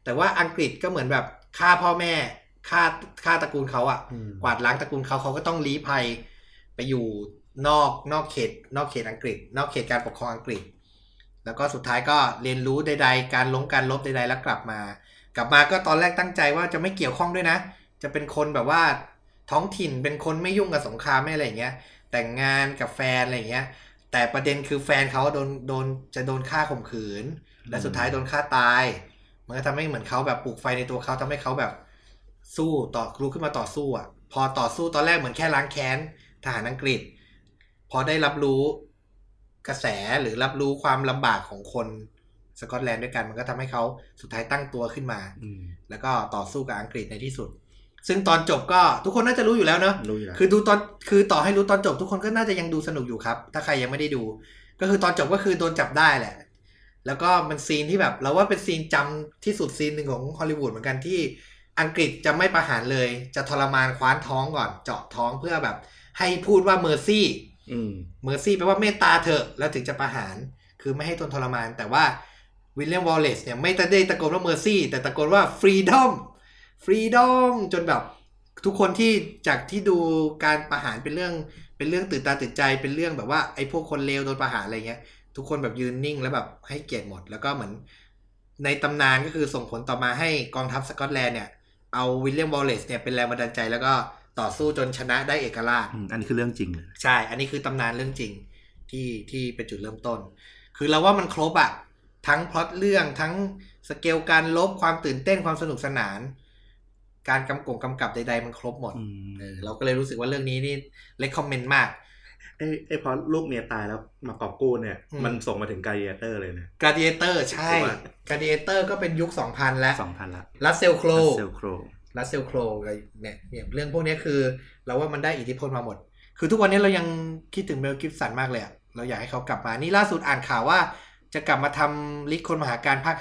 แต่ว่าอังกฤษก็เหมือนแบบฆ่าพ่อแม่ฆ่าตระกูลเขากวาดล้างตระกูลเขาก็ต้องลี้ภัยไปอยู่นอกเขตอังกฤษนอกเขตการปกครองอังกฤษแล้วก็สุดท้ายก็เรียนรู้ใดๆการลบใดๆแล้วกลับมาก็ตอนแรกตั้งใจว่าจะไม่เกี่ยวข้องด้วยนะจะเป็นคนแบบว่าท้องถิ่นเป็นคนไม่ยุ่งกับสงครามไม่อะไรอย่างเงี้ยแต่งงานกับแฟนอะไรอย่างเงี้ยแต่ประเด็นคือแฟนเขาโดนฆ่าข่มขืนและสุดท้ายโดนฆ่าตายมันก็ทำให้เหมือนเขาแบบปลูกไฟในตัวเขาทำให้เขาแบบสู้ต่อลุกขึ้นมาต่อสู้พอต่อสู้ตอนแรกเหมือนแค่ล้างแค้นทหารอังกฤษพอได้รับรู้กระแสหรือรับรู้ความลำบากของคนสกอตแลนด์ด้วยกันมันก็ทำให้เขาสุดท้ายตั้งตัวขึ้นมาแล้วก็ต่อสู้กับอังกฤษในที่สุดซึ่งตอนจบก็ทุกคนน่าจะรู้อยู่แล้วเนอะคือต่อให้รู้ตอนจบทุกคนก็น่าจะยังดูสนุกอยู่ครับถ้าใครยังไม่ได้ดูก็คือตอนจบก็คือโดนจับได้แหละแล้วก็มันซีนที่แบบเราว่าเป็นซีนจำที่สุดซีนหนึ่งของฮอลลีวูดเหมือนกันที่อังกฤษจะไม่ประหารเลยจะทรมานคว้านท้องก่อนเจาะท้องเพื่อแบบให้พูดว่าเมอร์ซี่แปลว่าเมตตาเถอะแล้วถึงจะประหารคือไม่ให้ทนทรมานแต่ว่าวิลเลียมวอลเลซเนี่ยไม่ได้ตะโกนว่าเมอร์ซี่แต่ตะโกนว่าฟรีดอมจนแบบทุกคนที่จากที่ดูการประหารเป็นเรื่องตื่นตาตื่นใจเป็นเรื่องแบบว่าไอ้พวกคนเลวโดนประหารอะไรเงี้ยทุกคนแบบยืนนิ่งแล้วแบบให้เกียรติหมดแล้วก็เหมือนในตำนานก็คือส่งผลต่อมาให้กองทัพสกอตแลนด์เนี่ยเอาวิลเลียมวอลเลซเนี่ยเป็นแรงบันดาลใจแล้วก็ต่อสู้จนชนะได้เอกราชอันนี้คือเรื่องจริงเลยใช่อันนี้คือตำนานเรื่องจริงที่เป็นจุดเริ่มต้นคือเราว่ามันครบทั้งพล็อตเรื่องทั้งสเกลการลบความตื่นเต้นความสนุกสนานการกำกับใดๆมันครบหมดเราก็เลยรู้สึกว่าเรื่องนี้นี่เรคคอมเมนต์มากไอ้พอลูกเมียตายแล้วมากอบกู้เนี่ยมันส่งมาถึง Gladiator เลยนะ Gladiator ใช่ Gladiator ก็เป็นยุค 2000 แล้วรัสเซลโครเนี่ยเรื่องพวกนี้คือเราว่ามันได้อิทธิพลมาหมดคือทุกวันนี้เรายังคิดถึงเมลกิฟสันมากเลยเราอยากให้เขากลับมานี่ล่าสุดอ่านข่าวว่าจะกลับมาทำลิกคนมหาการภาค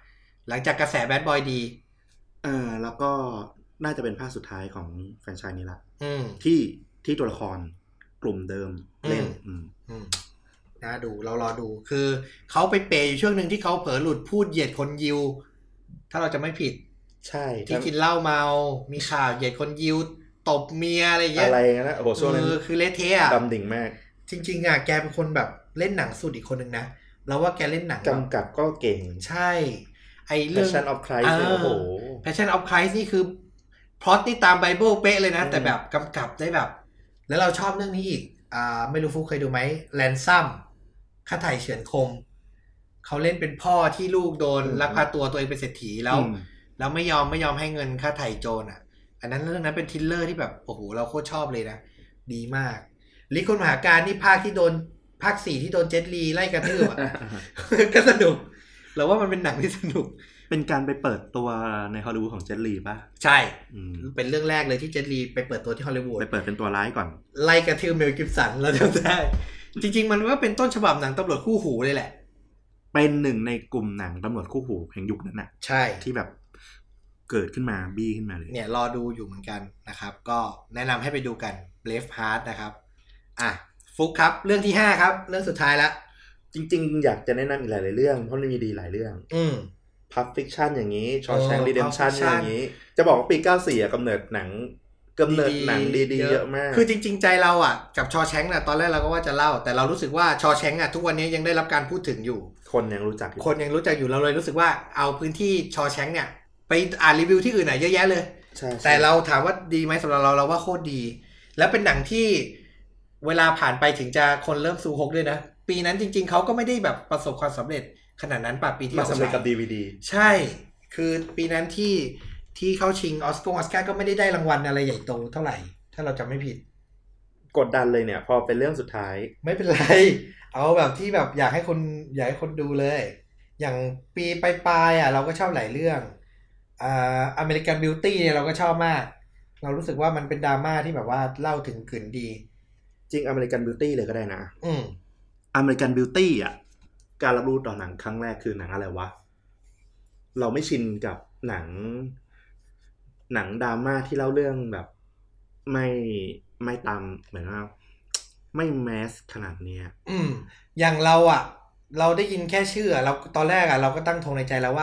5หลังจากกระแสแบดบอยดีแล้วก็น่าจะเป็นภาคสุดท้ายของแฟรนไชส์นี้ละที่ตัวละครกลุ่มเดิมเล่นนะดูเรารอดูคือเขาไปเปย์อยู่ช่วงหนึ่งที่เขาเผลอหลุดพูดเหยียดคนยิวถ้าเราจะไม่ผิดใช่ที่กินเหล้าเมามีข่าวเหยียดคนยิวตบเมียอะไรเงี้ยอะไรงั้นนะโอ้โหช่วงนั้นคือเละเทะดำดิ่งมากจริงๆแกเป็นคนแบบเล่นหนังสุดอีกคนนึงนะเราว่าแกเล่นหนังกำกับก็เก่งใช่ไอเรื่อง Passion of Christ โอ้โห Passion of Christ นี่คือพล็อตนี่ตามไบเบิลเป๊ะเลยนะแต่แบบกำกับได้แบบแล้วเราชอบเรื่องนี้อีกไม่รู้ฟุกเคยดูไหมแลนซัมค่าไถ่เฉือนคมเขาเล่นเป็นพ่อที่ลูกโดนลักพาตัวเองเป็นเศรษฐีแล้วไม่ยอมให้เงินค่าไถ่โจรอันนั้นเรื่องนั้นเป็นทริลเลอร์ที่แบบโอ้โหเราโคตรชอบเลยนะดีมากลิคนมหาการนี่ภาค4ที่โดนเจ็ตลีไล่กระทืบก็สนุกเราว่ามันเป็นหนังที่สนุกเป็นการไปเปิดตัวในฮอลลีวูดของเจ็ตลีป่ะใช่เป็นเรื่องแรกเลยที่เจ็ตลีไปเปิดตัวที่ฮอลลีวูดไปเปิดเป็นตัวร้ายก่อนไล่กระทืบเมลกิฟสันเราจำได้จริงๆมันก็เป็นต้นฉบับหนังตำรวจคู่หูเลยแหละเป็นหนึ่งในกลุ่มหนังตำรวจคู่หูแห่งยุคนั้นน่ะใช่ที่แบบเกิดขึ้นมาบี้ขึ้นมาเลยเนี่ยรอดูอยู่เหมือนกันนะครับก็แนะนำให้ไปดูกัน Braveheart นะครับฟุกครับเรื่องที่5ครับเรื่องสุดท้ายแล้วจริงๆอยากจะแนะนำอีกหลายๆเรื่องเพราะมันมีดีหลายเรื่องPulp Fiction อย่างนี้ Shawshank Redemption อย่างนี้จะบอกว่าปี94กำเนิดหนังดีๆเยอะมากคือจริงๆใจเรากับ Shawshank น่ะตอนแรกเราก็ว่าจะเล่าแต่เรารู้สึกว่า Shawshank ทุกวันนี้ยังได้รับการพูดถึงอยู่คนยังรู้จักอยู่เราเลยรู้สึกว่าเอาพื้นที่ Shawshank เนี่ยไปอ่านรีวิวที่อื่นเยอะแยะเลยแต่เราถามว่าดีไหมสำหรับเราว่าโคตรดีแล้วเป็นหนังที่เวลาผ่านไปถึงจะคนเริ่มซูฮกด้วยนะปีนั้นจริงๆเขาก็ไม่ได้แบบประสบความสำเร็จขนาดนั้นป่ะปีที่มาสำเร็จกับ DVD ใช่คือปีนั้นที่เข้าชิงออสการ์ก็ไม่ได้รางวัลอะไรใหญ่โตเท่าไหร่ถ้าเราจำไม่ผิดกดดันเลยเนี่ยพอเป็นเรื่องสุดท้ายไม่เป็นไรเอาแบบที่แบบอยากให้คนดูเลยอย่างปีปลายเราก็ชอบหลายเรื่องอเมริกันบิวตี้เนี่ยเราก็ชอบมากเรารู้สึกว่ามันเป็นดราม่าที่แบบว่าเล่าถึงกลิ่นดีจริงอเมริกันบิวตี้เลยก็ได้นะอเมริกันบิวตี้การรับรู้ต่อหนังครั้งแรกคือหนังอะไรวะเราไม่ชินกับหนังดราม่าที่เล่าเรื่องแบบไม่ตามเหมือนว่าไม่แมสขนาดนี้อย่างเราได้ยินแค่ชื่อเราตอนแรกเราก็ตั้งธงในใจแล้วว่า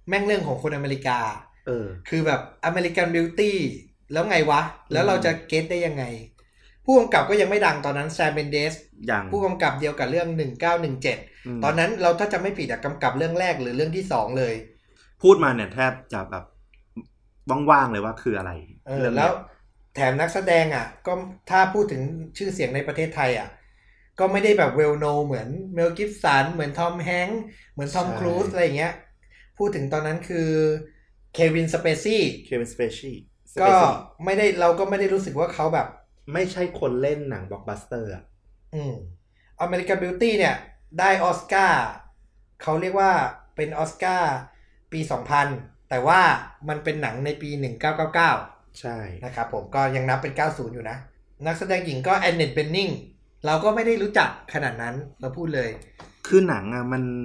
แม่งเรื่องของคนอเมริกาคือแบบอเมริกันบิวตี้แล้วไงวะแล้วเราจะเก็ตได้ยังไงผู้กำกับก็ยังไม่ดังตอนนั้นแซมเมนเดสผู้กำกับเดียวกับเรื่อง1917ตอนนั้นเราถ้าจะไม่ผิดกำกับเรื่องแรกหรือเรื่องที่2เลยพูดมาเนี่ยแทบจะแบบว่างๆเลยว่าคืออะไรแล้วแถมนักแสดงก็ถ้าพูดถึงชื่อเสียงในประเทศไทยก็ไม่ได้แบบเวลโนเหมือนเมลกิฟสันเหมือนทอมแฮงค์เหมือนทอมครูซอะไรอย่างเงี้ยพูดถึงตอนนั้นคือเควินสเปซี่ก็ไม่ได้เราก็ไม่ได้รู้สึกว่าเขาแบบไม่ใช่คนเล่นหนังบล็อกบัสเตอร์อเมริกันบิวตี้เนี่ยได้ออสการ์เขาเรียกว่าเป็นออสการ์ปี2000แต่ว่ามันเป็นหนังในปี1999 ใช่นะครับผมก็ยังนับเป็น90อยู่นะนักแสดงหญิงก็แอนเนตเบนนิงเราก็ไม่ได้รู้จักขนาดนั้นเราพูดเลยคือหนัง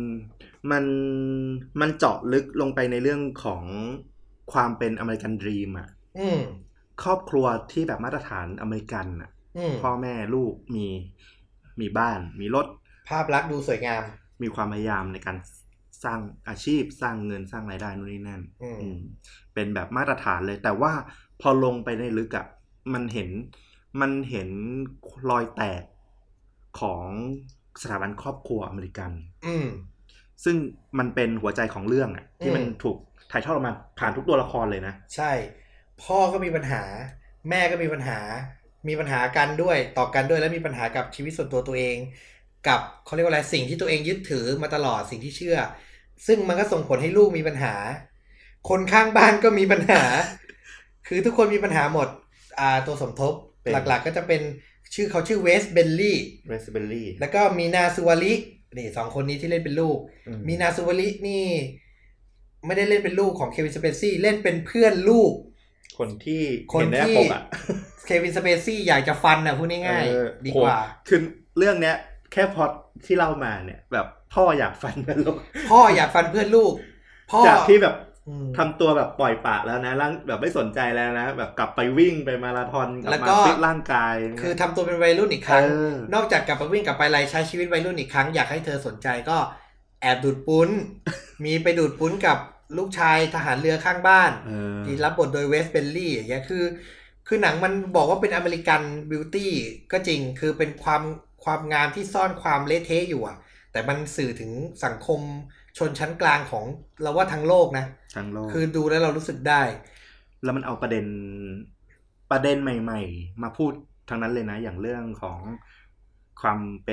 มันเจาะลึกลงไปในเรื่องของความเป็นอเมริกันดรีมครอบครัวที่แบบมาตรฐานอเมริกันพ่อแม่ลูกมีบ้านมีรถภาพลักษณ์ดูสวยงามมีความพยายามในการสร้างอาชีพสร้างเงินสร้างรายได้นู่นนี่นั่นเป็นแบบมาตรฐานเลยแต่ว่าพอลงไปในลึกมันเห็นรอยแตกของสถาบันครอบครัวอเมริกันซึ่งมันเป็นหัวใจของเรื่องที่มันถูกถ่ายทอดออกมาผ่านทุกตัวละครเลยนะใช่พ่อก็มีปัญหาแม่ก็มีปัญหากันด้วยต่อกันด้วยแล้วมีปัญหากับชีวิตส่วนตัวเองกับเขาเรียกว่าอะไรสิ่งที่ตัวเองยึดถือมาตลอดสิ่งที่เชื่อซึ่งมันก็ส่งผลให้ลูกมีปัญหาคนข้างบ้านก็มีปัญหา คือทุกคนมีปัญหาหมดตัวสมทบหลักๆก็จะเป็นเขาชื่อเวสเบลลี่แล้วก็มีนาซูวารินี่2คนนี้ที่เล่นเป็นลูกมีนาซูวารินี่ไม่ได้เล่นเป็นลูกของเควินสเปซี่เล่นเป็นเพื่อนลูกคนที่เห็นในปกเควินสเปซี่อยากจะฟันพูดง่ายๆดีกว่าคือเรื่องเนี้ยแค่พอที่เล่ามาเนี่ยแบบพ่ออยากฟันเพื่อนลูกพ่ออยากฟันเพื่อนลูกพ่อจากที่แบบทำตัวแบบปล่อยปละแล้วนะแบบไม่สนใจแล้วนะแบบกลับไปวิ่งไปมาราธอนกลับมาฟิตร่างกายคือทำตัวเป็นวัยรุ่นอีกครั้งนอกจากกลับไปวิ่งกลับไปอะไรใช้ชีวิตวัยรุ่นอีกครั้งอยากให้เธอสนใจก็แอบดูดปุ้นมีไปดูดปุ้นกับลูกชายทหารเรือข้างบ้านที่รับบทโดยเวสเบลลี่อย่างเงี้ยคือหนังมันบอกว่าเป็นอเมริกันบิวตี้ก็จริงคือเป็นความงามที่ซ่อนความเละเทะอยู่แต่มันสื่อถึงสังคมชนชั้นกลางของเราว่าทั้งโลกนะทั้งโลกคือดูแล้วเรารู้สึกได้แล้วมันเอาประเด็นใหม่ๆมาพูดทั้งนั้นเลยนะอย่างเรื่องของความเป็น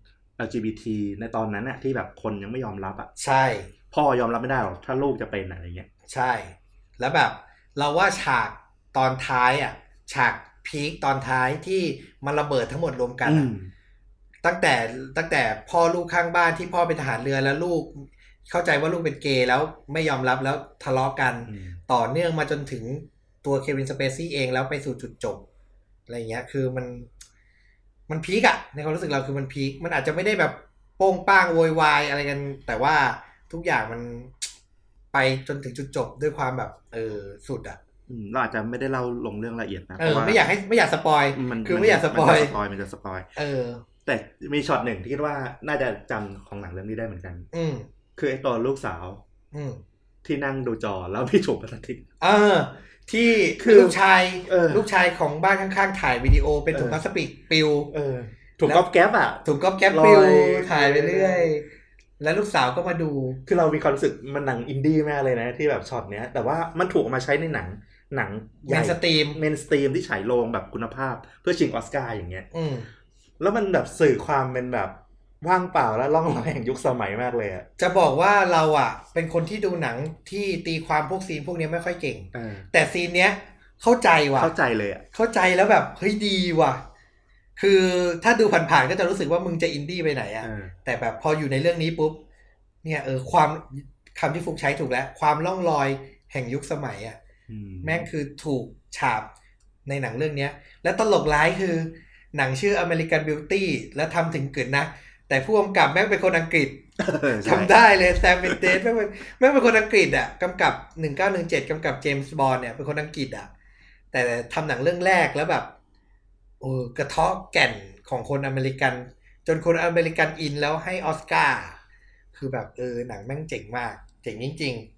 LGBT ในตอนนั้นน่ะที่แบบคนยังไม่ยอมรับใช่พ่อยอมรับไม่ได้หรอกถ้าลูกจะเป็นอะไรเงี้ยใช่แล้วแบบเราว่าฉากตอนท้ายฉากพีคตอนท้ายที่มันระเบิดทั้งหมดรวมกันตั้งแต่พ่อลูกข้างบ้านที่พ่อเป็นทหารเรือแล้วลูกเข้าใจว่าลูกเป็นเกย์แล้วไม่ยอมรับแล้วทะเลาะกันต่อเนื่องมาจนถึงตัวเควินสเปซี่เองแล้วไปสู่จุดจบอะไรเงี้ยคือมันพีคในความรู้สึกเราคือมันพีคมันอาจจะไม่ได้แบบโป้งป้างโวยวายอะไรกันแต่ว่าทุกอย่างมันไปจนถึงจุดจบด้วยความแบบสุดเราอาจจะไม่ได้เล่าลงเรื่องละเอียดนะเพราะว่าไม่อยากสปอยคือไม่อยากสปอยมันจะสปอยแต่มีช็อตหนึ่งที่คิดว่าน่าจะจำของหนังเรื่องนี้ได้เหมือนกันคือไอ้ตอนลูกสาวที่นั่งดูจอแล้วพี่ฉุบพลาสติกที่ลูกชายของบ้านข้างๆถ่ายวิดีโอเป็นถุงพลาสติกปิวถุงก๊อบแก๊บถุงก๊อบแก๊บปิวถ่ายไปเรื่อยแล้วลูกสาวก็มาดูคือเรามีความรู้สึกมันหนังอินดี้มากเลยนะที่แบบช็อตเนี้ยแต่ว่ามันถูกมาใช้ในหนังเมนสตรีมที่ฉายโรงแบบคุณภาพเพื่อชิงออสการ์อย่างเงี้ยแล้วมันแบบสื่อความเป็นแบบว่างเปล่าและล่องลอยแห่งยุคสมัยมากเลยจะบอกว่าเราเป็นคนที่ดูหนังที่ตีความพวกซีนพวกนี้ไม่ค่อยเก่งแต่ซีนเนี้ยเข้าใจเข้าใจเลยเข้าใจแล้วแบบเฮ้ยดีว่ะคือถ้าดูผ่านๆก็จะรู้สึกว่ามึงจะอินดี้ไปไหนแต่แบบพออยู่ในเรื่องนี้ปุ๊บเนี่ยความคำที่ฟุกใช้ถูกแล้วความล่องลอยแห่งยุคสมัยแม่งคือถูกฉาบในหนังเรื่องนี้และตลกร้ายคือหนังชื่อ American Beauty แล้วทำถึงเกิดนะแต่ผู้กำกับแม่งเป็นคนอังกฤษทำได้เลยแซมเมนเดสแม่งเป็นคนอังกฤษกำกับ1917กำกับเจมส์บอนด์เนี่ยเป็นคนอังกฤษแต่ทำหนังเรื่องแรกแล้วแบบกระเทาะแก่นของคนอเมริกันจนคนอเมริกันอินแล้วให้ออสการ์คือแบบหนังแม่งเจ๋งมากเจ๋งจริง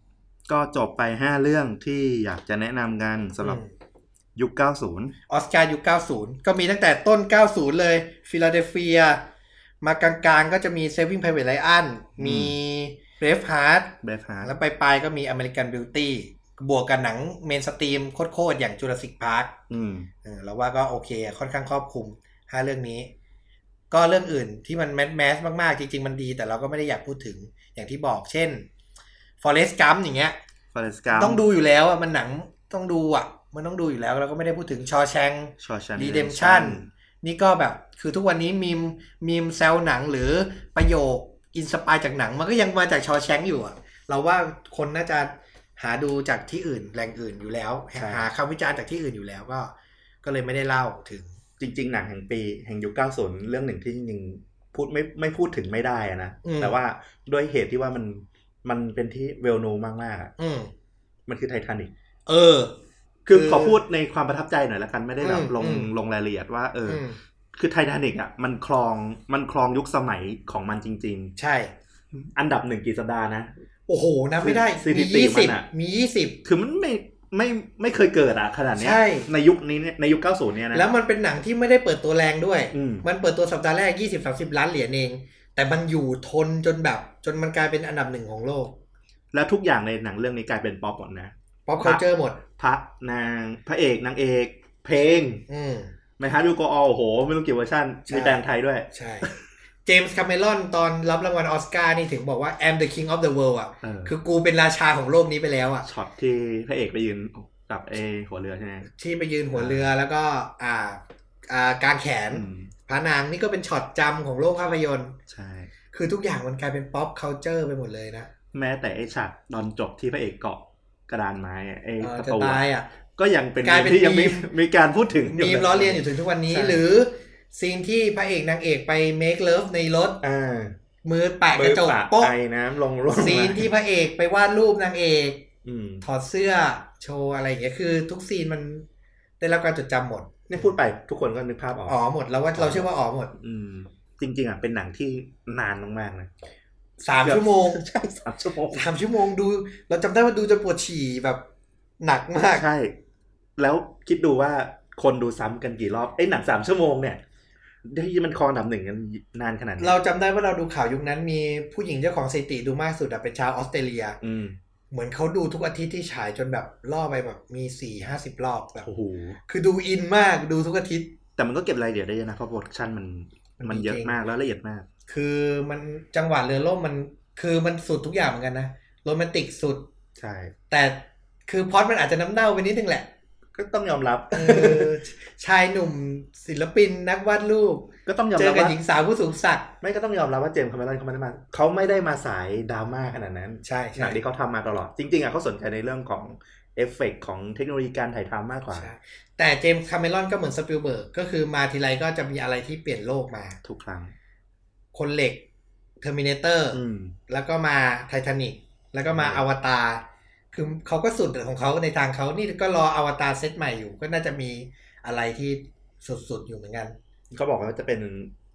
ก็จบไป5เรื่องที่อยากจะแนะนำกันสำหรับยุค90ออสการ์ยุค90ก็มีตั้งแต่ต้น90เลยฟิลาเดลเฟียมากลางๆก็จะมี Saving Private Ryan มี Braveheart แล้วปลายๆก็มี American Beauty บวกกับหนังเมนสตรีมโคตรๆอย่าง Jurassic Park แล้วว่าก็โอเคค่อนข้างครอบคลุม5เรื่องนี้ก็เรื่องอื่นที่มันแมสมากๆจริงๆมันดีแต่เราก็ไม่ได้อยากพูดถึงอย่างที่บอกเช่น Forrest Gump อย่างเงี้ย Forrest Gump ต้องดูอยู่แล้วอ่ะมันหนังต้องดูอ่ะมันต้องดูอยู่แล้วเราก็ไม่ได้พูดถึง Shawshank Redemption นี่ก็แบบคือทุกวันนี้มีมแซวหนังหรือประโยคอินสปายจากหนังมันก็ยังมาจาก Shawshank อยู่อ่ะเราว่าคนน่าจะหาดูจากที่อื่นแหล่งอื่นอยู่แล้วหาคำวิจารณ์จากที่อื่นอยู่แล้วก็เลยไม่ได้เล่าถึงจริงๆหนังแห่งปีแห่งยุค90เรื่องหนึ่งที่จริงๆพูดไม่พูดถึงไม่ได้นะแต่ว่าด้วยเหตุที่ว่ามันเป็นที่เวลโนมากๆอ่ะมันคือไททานิคคือขอพูดในความประทับใจหน่อยละกันไม่ได้แบบลงรายละเอียดว่าคือไททานิคอ่ะมันครองยุคสมัยของมันจริงๆใช่อันดับ1กี่สัปดาห์นะโอ้โหนับไม่ได้มี20 คือมันไม่เคยเกิดอ่ะขนาดนี้ในยุคนี้ในยุค90เนี่ยนะแล้วมันเป็นหนังที่ไม่ได้เปิดตัวแรงด้วยมันเปิดตัวสัปดาห์แรก 20-30 ล้านเหรียญเองแต่มันอยู่ทนจนมันกลายเป็นอันดับ1ของโลกแล้วทุกอย่างในหนังเรื่องนี้กลายเป็นป๊อปหมดนะป๊อปคัลเจอร์หมดพระเอกนางเอกเพลงไม่ฮาร์ดยูโกออลโหไม่รู้กี่เวอร์ชันมีแปลงไทยด้วยใช่เจมส์คาเมรอนตอนรับรางวัลออสการ์นี่ถึงบอกว่า I'm the king of the world อ่ะคือกูเป็นราชาของโลกนี้ไปแล้วอ่ะช็อตที่พระเอกไปยืนกับหัวเรือใช่ไหมที่ไปยืนหัวเรือแล้วก็กางแขนพระนางนี่ก็เป็นช็อตจำของโลกภาพยนตร์ใช่คือทุกอย่างมันกลายเป็นป๊อปคัลเจอร์ไปหมดเลยนะแม้แต่ไอ้ฉากตอนจบที่พระเอกเกาะกระดานไม้ไอ้ประตูก็ยังเป็นที่ยังมีการพูดถึงมีล้อเลียนอยู่ถึงทุกวันนี้หรือซีนที่พระเอกนางเอกไป make love ในรถมือแปะกระจกโป๊ะน้ำลงซีนที่พระเอกไปวาดรูปนางเอกถอดเสื้อโชว์อะไรอย่างเงี้ยคือทุกซีนมันได้รับการจดจำหมดนี่พูดไปทุกคนก็นึกภาพออกหมดแล้วว่าเราเชื่อว่าหมดจริงๆอ่ะเป็นหนังที่นานมากๆนะ 3 ชั่วโมงใช่3 ชั่วโมง 3 ชั่วโมงดูเราจำได้ว่าดูจนปวดฉี่แบบหนักมากใช่แล้วคิดดูว่าคนดูซ้ำกันกี่รอบหนัง3 ชั่วโมงเนี่ยที่มันครองอันดับ1กันนานขนาดนี้เราจำได้ว่าเราดูข่าวยุคนั้นมีผู้หญิงเจ้าของสถิติดูมากสุดเป็นชาวออสเตรเลียเหมือนเขาดูทุกอาทิตย์ที่ฉายจนแบบล่อไปแบบมี 40-50 รอบแบบโอ้โหคือดูอินมากดูทุกอาทิตย์แต่มันก็เก็บรายละเอียดได้เยอะนะเพราะโปรดักชั่นมันเยอะมากแล้วละเอียดมากคือมันจังหวะเรือล่มมันคือมันสุดทุกอย่างเหมือนกันนะโรแมนติกสุดใช่แต่คือพล็อตมันอาจจะน้ำเน่าไปนิดนึงแหละก็ต้องยอมรับชายหนุ่มศิลปินนักวาดรูปก็ต้องยอมรับว่าเจอกับหญิงสาวผู้สูงศักดิ์ไม่ก็ต้องยอมรับว่าเจมส์คาเมรอนเขาไม่ได้มาสายดราม่าขนาดนั้นใช่หนังที่เขาทำมาตลอดจริงๆอ่ะเขาสนใจในเรื่องของเอฟเฟกต์ของเทคโนโลยีการถ่ายทำมากกว่าแต่เจมส์คาเมรอนก็เหมือนสปิลเบิร์กก็คือมาทีไรก็จะมีอะไรที่เปลี่ยนโลกมาทุกครั้งคนเหล็กเทอร์มิเนเตอร์แล้วก็มาไททานิคแล้วก็มาอวตารคือเขาก็สุดของเขาในทางเขานี่ก็รออวตารเซตใหม่อยู่ก็น่าจะมีอะไรที่สุดๆอยู่เหมือนกันเขาบอกว่าจะเป็น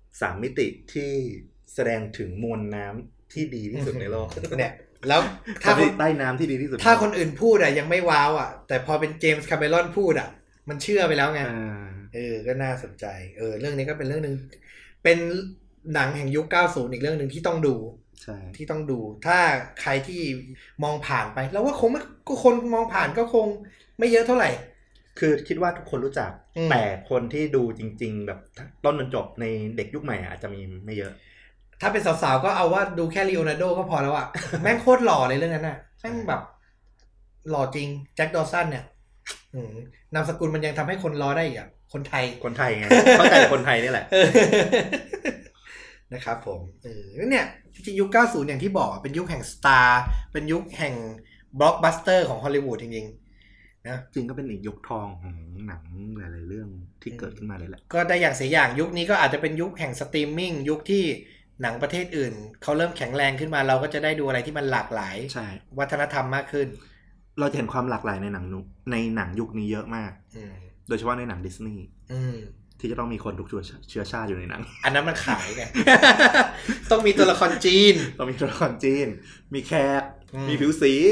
3 มิติที่แสดงถึงมวลน้ำที่ดีที่สุดในโลกเนี่ยแล้วถ้าใต้น้ำที่ดีที่สุดถ้าคนอื่นพูดยังไม่ว้าวแต่พอเป็นเจมส์คาเมรอนพูดมันเชื่อไปแล้วไงก็น่าสนใจเรื่องนี้ก็เป็นเรื่องนึงเป็นหนังแห่งยุค90อีกเรื่องนึงที่ต้องดูที่ต้องดูถ้าใครที่มองผ่านไปแล้วว่าคงไม่ก็คนมองผ่านก็คงไม่เยอะเท่าไหร่คือคิดว่าทุกคนรู้จักแต่คนที่ดูจริงๆแบบต้นจนจบในเด็กยุคใหม่อาจจะมีไม่เยอะถ้าเป็นสาวๆก็เอาว่าดูแค่ลีโอนาร์โดก็พอแล้วแม่งโคตรหล่อเลยเรื่องนั้นแม่งแบบหล่อจริงแจ็คดอสันเนี่ยนามสกุลมันยังทำให้คนล้อได้อีกคนไทยไงเข้าใจคนไทยนี่แหละนะครับผมเนี่ยจริงๆยุค90อย่างที่บอกเป็นยุคแห่งสตาร์เป็นยุคแห่งบล็อกบัสเตอร์ของฮอลลีวูดจริงๆนะจริงก็เป็นอีกยุคทองของหนังหลายๆเรื่องที่เกิดขึ้นมาเลยแหละก็ได้อย่างเสียอย่างยุคนี้ก็อาจจะเป็นยุคแห่งสตรีมมิ่งยุคที่หนังประเทศอื่นเขาเริ่มแข็งแรงขึ้นมาเราก็จะได้ดูอะไรที่มันหลากหลายวัฒนธรรมมากขึ้นเราจะเห็นความหลากหลายในหนังยุคนี้เยอะมากโดยเฉพาะในหนังดิสนีย์ที่จะต้องมีคนทุกเชื้อชาติอยู่ในหนังอันนั้นมันขายไง ต้องมีตัวละครจีนต้องมีตัวละครจีนมีแขกมีผิวสี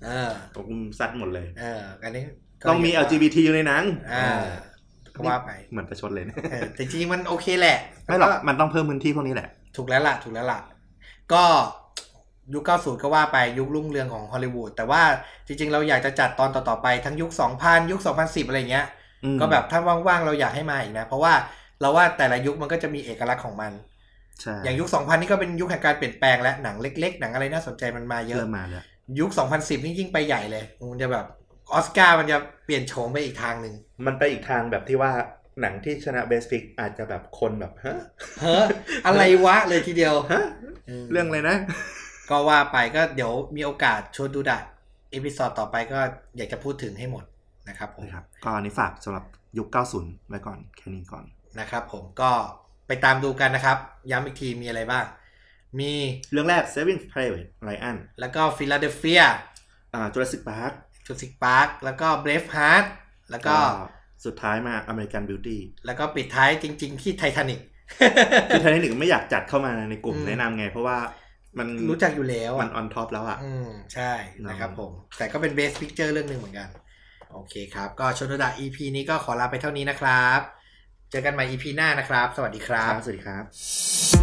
ผมซัดหมดเลยอันนี้ต้องมี LGBT อยู่ในหนังก็ว่าไปเหมือนประชดเลยแต่จริงๆมันโอเคแหละไม่หรอกมันต้องเพิ่มพื้นที่พวกนี้แหละถูกแล้วล่ะก็ยุค90ก็ว่าไปยุครุ่งเรืองของฮอลลีวูดแต่ว่าจริงๆเราอยากจะจัดตอนต่อๆไปทั้งยุค2000ยุค2010อะไรเงี้ยก็แบบถ้าว่างๆเราอยากให้มาอีกนะเพราะว่าเราว่าแต่ละยุคมันก็จะมีเอกลักษณ์ของมันอย่างยุค2000นี่ก็เป็นยุคแห่งการเปลี่ยนแปลงและหนังเล็กๆหนังอะไรน่าสนใจมันมาเยอะยุค2010นี่ยิ่งไปใหญ่เลยมันจะแบบออสการ์มันจะเปลี่ยนโฉมไปอีกทางนึงมันไปอีกทางแบบที่ว่าหนังที่ชนะเบสฟิกอาจจะแบบคนแบบเฮ้ออะไรวะเลยทีเดียวเรื่องอะไรนะก็ว่าไปก็เดี๋ยวมีโอกาสชวนดูดะเอพิโซดต่อไปก็อยากจะพูดถึงให้หมดนะครับผมครับก็อันนี้ฝากสำหรับยุค90ไว้ก่อนแค่นี้ก่อนนะครับผมก็ไปตามดูกันนะครับย้ำอีกทีมีอะไรบ้างมีเรื่องแรก Saving Private Ryan แล้วก็ Philadelphia Jurassic Park แล้วก็ Braveheart แล้วก็สุดท้ายมา American Beauty แล้วก็ปิดท้ายจริงๆที่ Titanic คือ Titanic ไม่อยากจัดเข้ามาในกลุ่มแนะนำไงเพราะว่ามันรู้จักอยู่แล้วมัน on top แล้วใช่นะครับผมแต่ก็เป็น Best Picture เรื่องนึงเหมือนกันโอเคครับก็ชนดา EP นี้ก็ขอลาไปเท่านี้นะครับเจอกันใหม่ EP หน้านะครับสวัสดีครับสวัสดีครับ